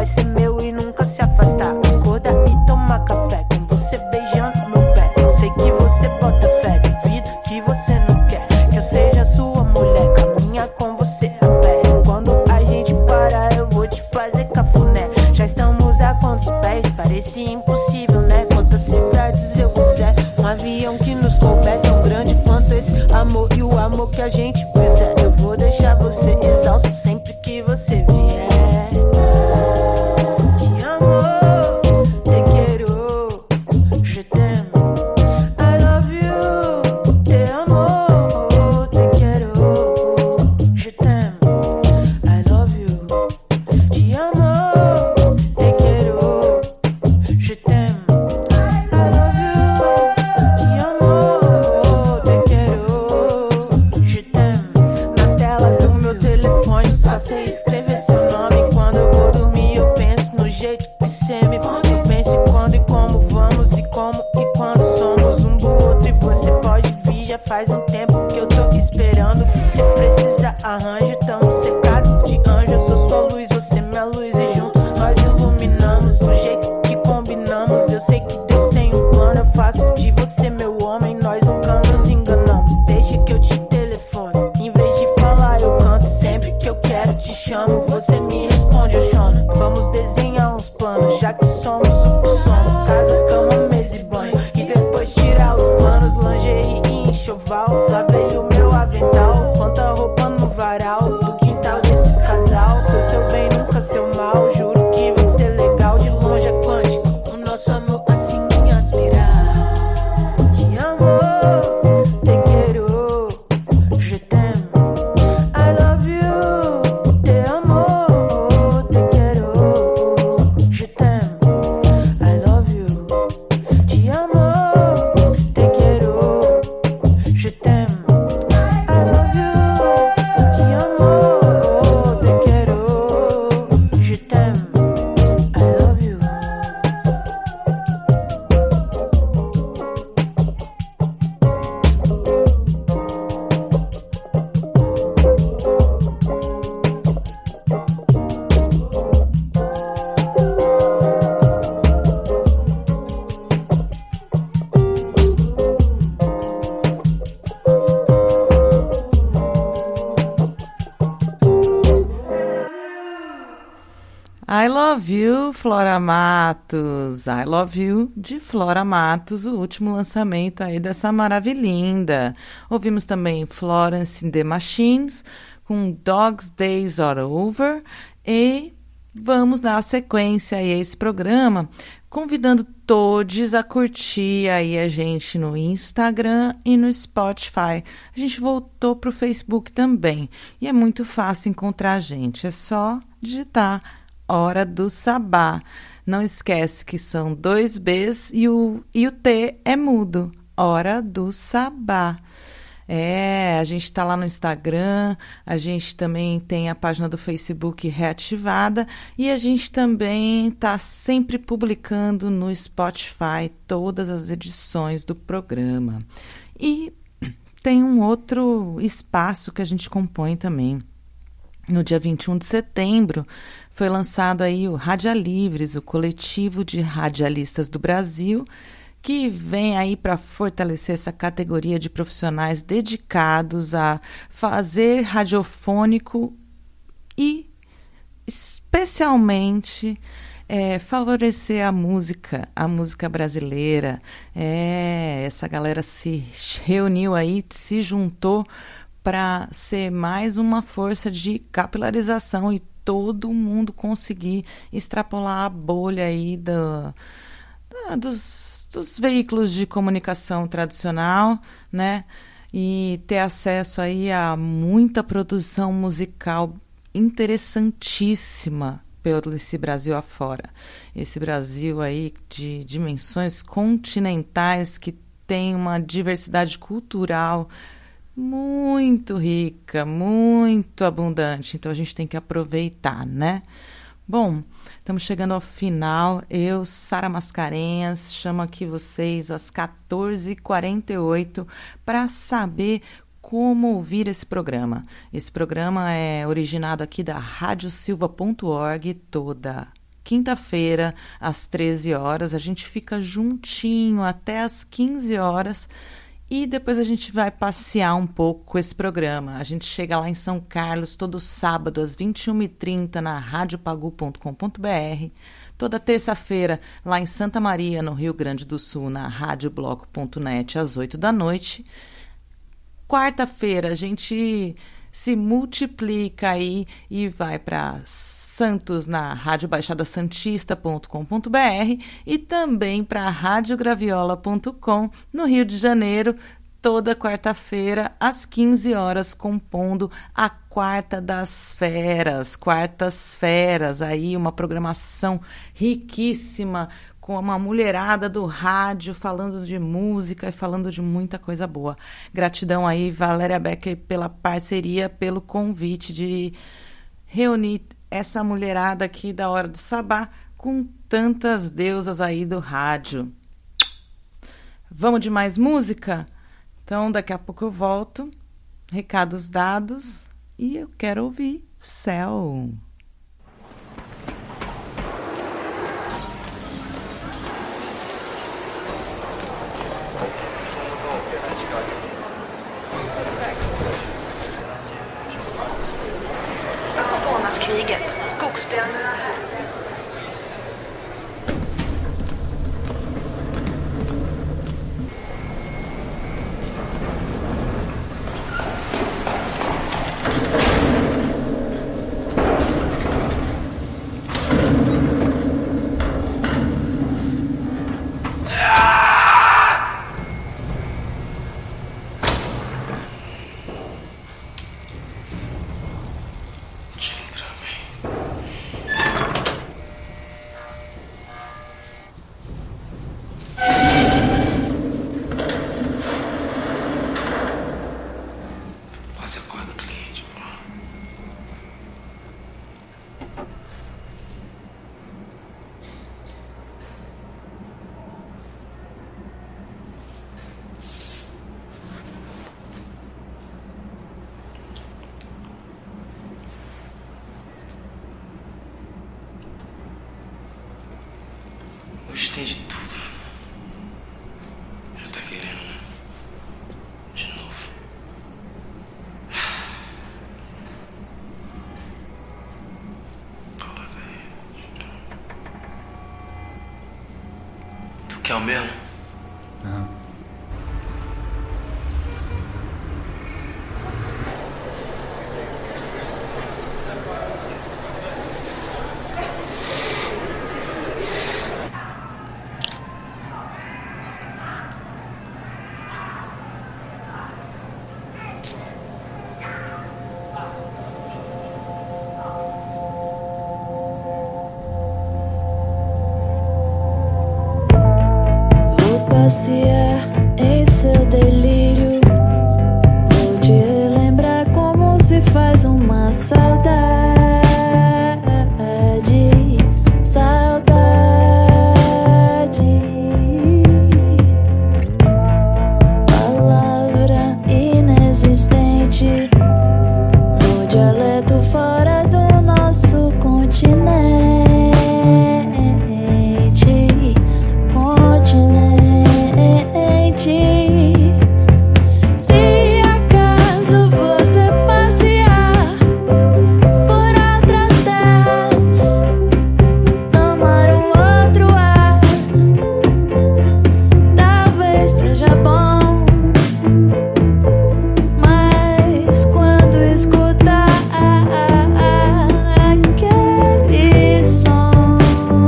ser meu e nunca se afastar. Acordar e tomar café com você beijando meu pé. Sei que você bota fé, duvido que você não quer que eu seja sua mulher, caminhar com você a pé. Quando a gente parar eu vou te fazer cafuné. Já estamos a quantos pés? Parecia impossível, né? Quantas cidades eu quiser, um avião que nos couber, tão grande quanto esse amor e o amor que a gente fizer. Eu vou deixar você exausto sempre que você vier. Te amo, te quero, je t'aime. I love you, te amo, te quero, je t'aime. I love you, te amo, te quero, je t'aime. I love you, te amo, te quero, je t'aime. Na tela do meu telefone só sei escrever seu nome. Quando eu vou dormir eu penso no jeito que cê me põe. Eu penso em quando e como vamos e como e quando somos um do outro. E você pode vir, já faz um tempo que eu tô esperando. Que cê precisa arranjo, tamo cercado de anjo. Eu sou sua luz, você minha luz e juntos nós iluminamos o jeito que combinamos. Eu sei que Deus tem um plano, eu faço de você meu homem. Nós nunca nos enganamos. Deixa que eu te telefone, em vez de falar eu canto. Sempre que eu quero te chamo, você me responde, eu chono. Vamos desenhar uns planos, já que somos o que somos. Casa, cama, mesa e banho, e depois tirar os panos. Lingerie e enxoval, lavei o meu avental. Quanta roupa no varal do quintal desse casal. Sou seu bem, nunca seu mal. Juro que você é legal, de longe é quântico o nosso amor assim em aspirar. Te amo, te quero, je t'aime. I love you, te amo, te quero, je t'aime. I love you, te amo, te quero, je t'aime. I love you, te amo, te quero, je t'aime. I love you. I Love You, Flora Matos. I Love You, de Flora Matos, o último lançamento aí dessa maravilhinda. Ouvimos também Florence and the Machines, com Dog's Days Are Over. E vamos dar sequência aí a esse programa, convidando todos a curtir aí a gente no Instagram e no Spotify. A gente voltou para o Facebook também. E é muito fácil encontrar a gente. É só digitar Hora do Sabá. Não esquece que são dois B's e o, e o T é mudo. Hora do Sabá. É, a gente está lá no Instagram, a gente também tem a página do Facebook reativada e a gente também está sempre publicando no Spotify todas as edições do programa. E tem um outro espaço que a gente compõe também. No dia vinte e um de setembro, foi lançado aí o Radialivres, o coletivo de radialistas do Brasil, que vem aí para fortalecer essa categoria de profissionais dedicados a fazer radiofônico e, especialmente, é, favorecer a música, a música brasileira. É, essa galera se reuniu aí, se juntou para ser mais uma força de capilarização e todo mundo conseguir extrapolar a bolha aí do, do, dos, dos veículos de comunicação tradicional, né? E ter acesso aí a muita produção musical interessantíssima pelo esse Brasil afora. Esse Brasil aí de dimensões continentais que tem uma diversidade cultural muito rica, muito abundante. Então, a gente tem que aproveitar, né? Bom, estamos chegando ao final. Eu, Sara Mascarenhas, chamo aqui vocês às quatorze e quarenta e oito para saber como ouvir esse programa. Esse programa é originado aqui da rádio silva ponto org, toda quinta-feira, às treze horas. A gente fica juntinho até às quinze horas e depois a gente vai passear um pouco com esse programa. A gente chega lá em São Carlos todo sábado, às vinte e uma e trinta, na rádio pagu ponto com ponto b r. Toda terça-feira, lá em Santa Maria, no Rio Grande do Sul, na rádio bloco ponto net, às oito da noite. Quarta-feira, a gente se multiplica aí e vai para Santos, na rádio baixada santista ponto com ponto b r, e também para rádio graviola ponto com, no Rio de Janeiro, toda quarta-feira, às quinze horas, compondo a Quarta das Feras, Quartas Feras, aí uma programação riquíssima, com uma mulherada do rádio falando de música e falando de muita coisa boa. Gratidão aí, Valéria Becker, pela parceria, pelo convite de reunir essa mulherada aqui da Hora do Sabá com tantas deusas aí do rádio. Vamos de mais música? Então, daqui a pouco eu volto. Recados dados e eu quero ouvir Céu. Amazonaskriget, skogsbränderna. Hoje tem de tudo. Já tá querendo, né? De novo. Porra, velho. Tu quer o mesmo? Aham. Passear em seu delírio, vou te relembrar como se faz uma saudade, saudade. Palavra inexistente no dialeto fora do nosso continente. Se acaso você passear por outras terras, tomar um outro ar, talvez seja bom, mas quando escutar aquele som,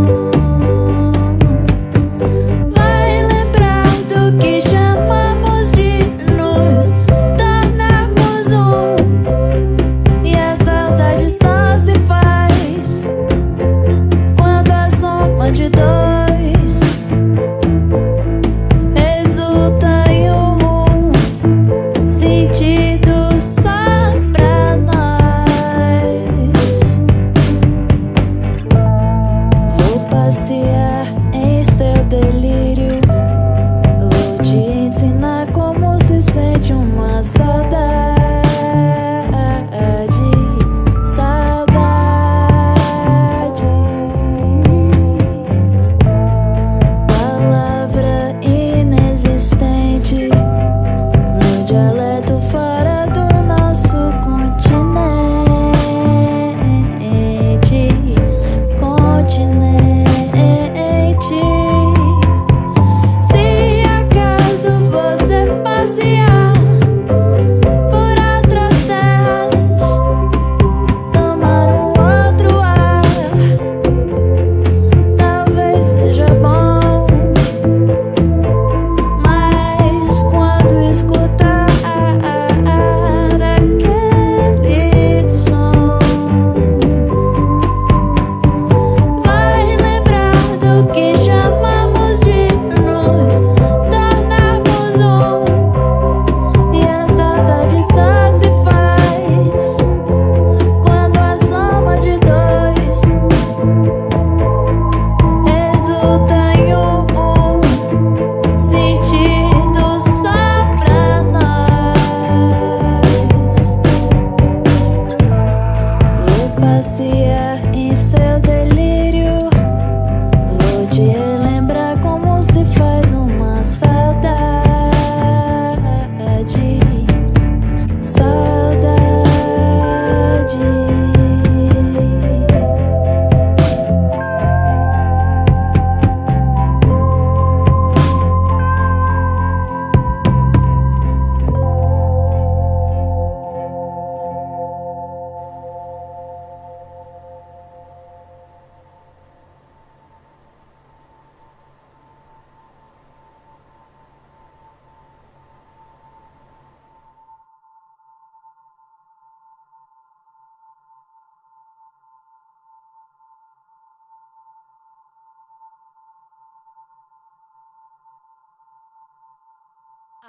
vai lembrar do que chamamos de nos tornarmos um. E a saudade só se faz quando a soma de dois resulta em um sentido só pra nós. Vou passear em seu delírio, vou te ensinar como se sente uma saudade, saudade.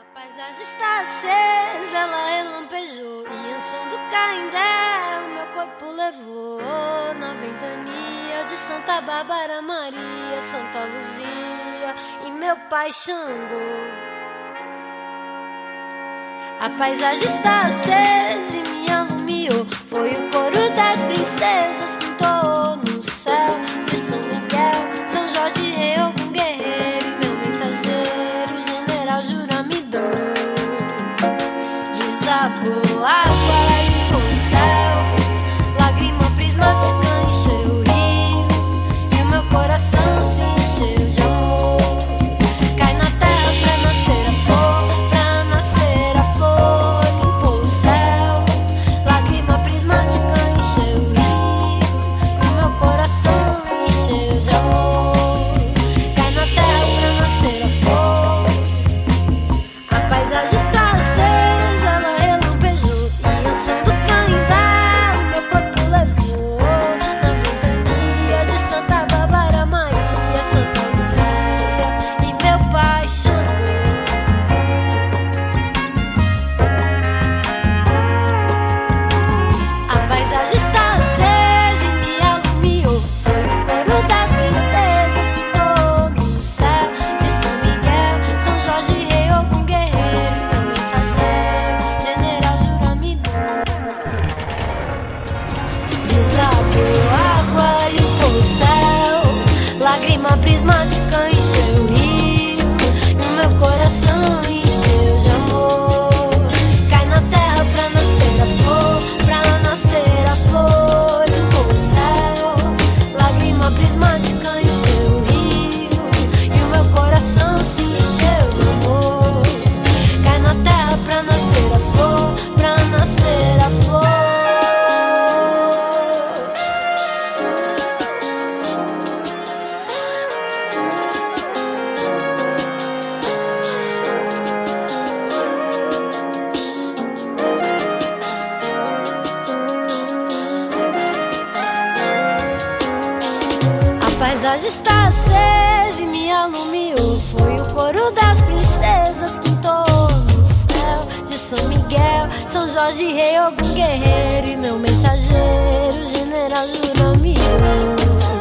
A paisagem está acesa, ela relampejou e um som do Canindé o meu corpo levou na ventania de Santa Bárbara Maria, Santa Luzia e meu pai Xangô. A paisagem está acesa e me alumiou, foi o coro das princesas que entoou no céu de São Miguel, São Jorge, Rei Ogum guerreiro e meu mensageiro, General Juramidor. Desabou água, limpou o céu, lágrima prismática encheu o rio e o meu coração se encheu de amor. Cai na terra pra nascer a flor, pra nascer a flor, limpou o céu, lágrima prismática encheu o rio e o meu coração encheu de amor. Cai na terra pra nascer a flor. A paisagem está acesa, ela relampejou e o som do Canindé o meu corpo levou na ventania de Santa Bárbara Maria, Santa Luzia e meu pai Xangô. A paisagem está acesa e me alumiou, foi o coro das princesas que entoou no céu de São Miguel, São Jorge, Rei Ogum guerreiro e meu mensageiro, General Juramidor. Desabou água, limpou o céu, lágrima prismática encheu o rio e o meu coração encheu de amor. Cai na terra pra nascer a flor, pra nascer a flor, limpou o céu, lágrima prismática encheu o rio e o meu coração se encheu de amor. Cai na terra pra nascer a flor, pra nascer a flor. A paisagem está acesa e me alumiou, foi o coro das princesas que entoou no céu de São Miguel, São Jorge, Rei Ogum guerreiro e meu mensageiro, General Juramidor.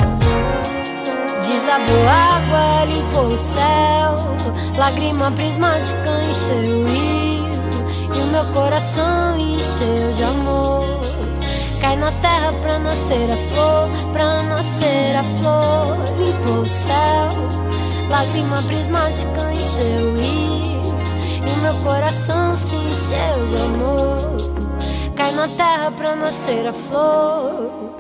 Desabou água, limpou o céu, lágrima prismática encheu o rio e o meu coração encheu de amor. Cai na terra pra nascer a flor, pra nascer a flor, limpou o céu, lágrima prismática encheu o rio e o meu coração se encheu de amor. Cai na terra pra nascer a flor.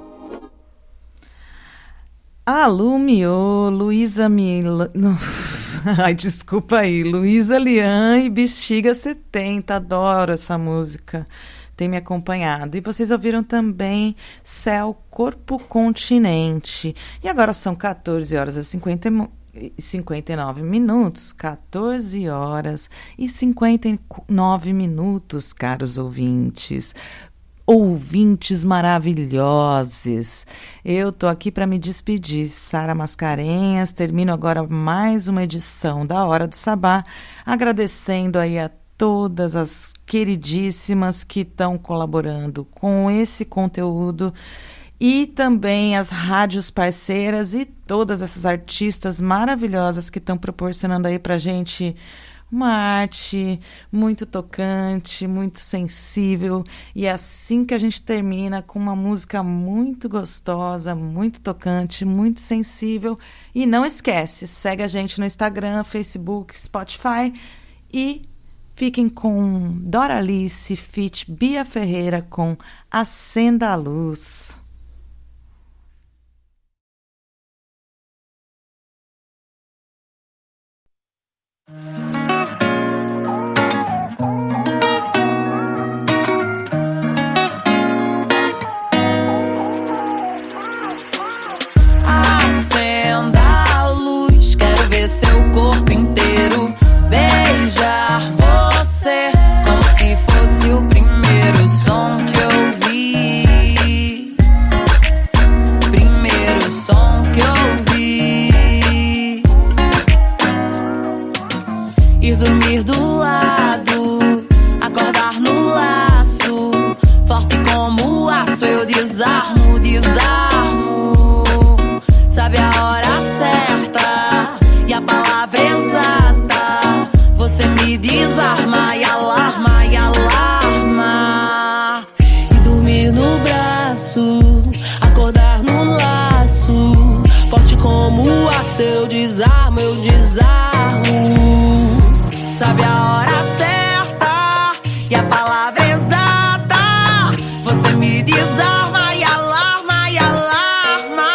Alumiou, Luísa Mila... Não. Ai, desculpa aí. Luísa Lian e Bexiga setenta. Adoro essa música. Tem me acompanhado. E vocês ouviram também Céu, Corpo, Continente. E agora são quatorze horas e cinquenta e nove minutos. quatorze horas e cinquenta e nove minutos, caros ouvintes. Ouvintes maravilhosos. Eu tô aqui para me despedir. Sara Mascarenhas, termino agora mais uma edição da Hora do Sabá, agradecendo aí a todas as queridíssimas que estão colaborando com esse conteúdo e também as rádios parceiras e todas essas artistas maravilhosas que estão proporcionando aí pra gente uma arte muito tocante, muito sensível. E é assim que a gente termina, com uma música muito gostosa, muito tocante, muito sensível. E não esquece, segue a gente no Instagram, Facebook, Spotify e fiquem com Doralice feat. Bia Ferreira com Acenda a Luz. Acenda a luz, quero ver seu corpo inteiro, beijar você como se fosse o primeiro som que eu vi. hora certa e a palavra exata, você me desarma e alarma e alarma. E dormir no braço, acordar no laço, forte como o aço, eu desarmo, eu desarmo. Sabe a hora certa e a palavra exata, você me desarma e alarma e alarma.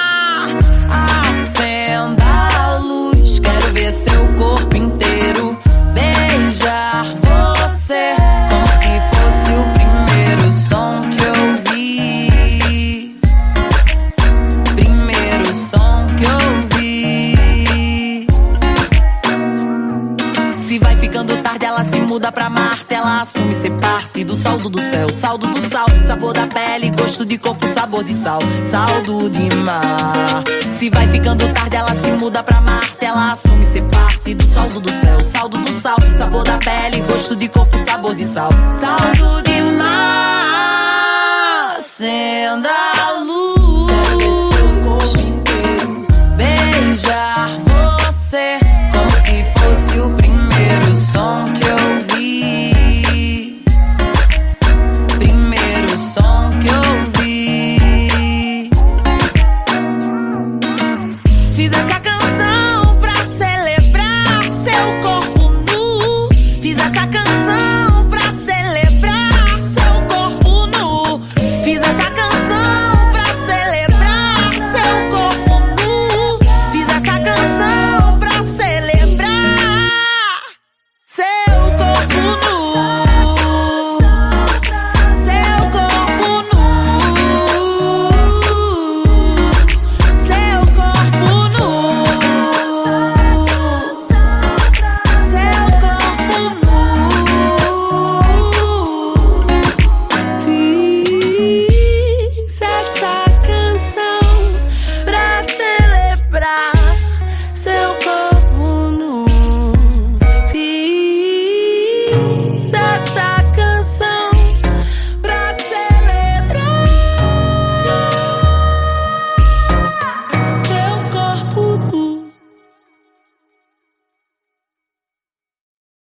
Acenda a luz, quero ver seu corpo inteiro, beijar você como se fosse o primeiro som que eu ouvi, primeiro som que eu ouvi. Se vai ficando tarde, ela se muda pra Marte, ela assume ser parte do saldo do céu, saldo do sal, sabor da pele, gosto de corpo, sabor de sal, saldo de mar. Se vai ficando tarde, ela se muda pra Marte, ela assume ser parte do saldo do céu, saldo do sal, sabor da pele, gosto de corpo, sabor de sal, saldo de mar. Acenda a luz, beijar você como se fosse o primeiro som que eu ouvi, primeiro som que eu ouvi. Fiz essa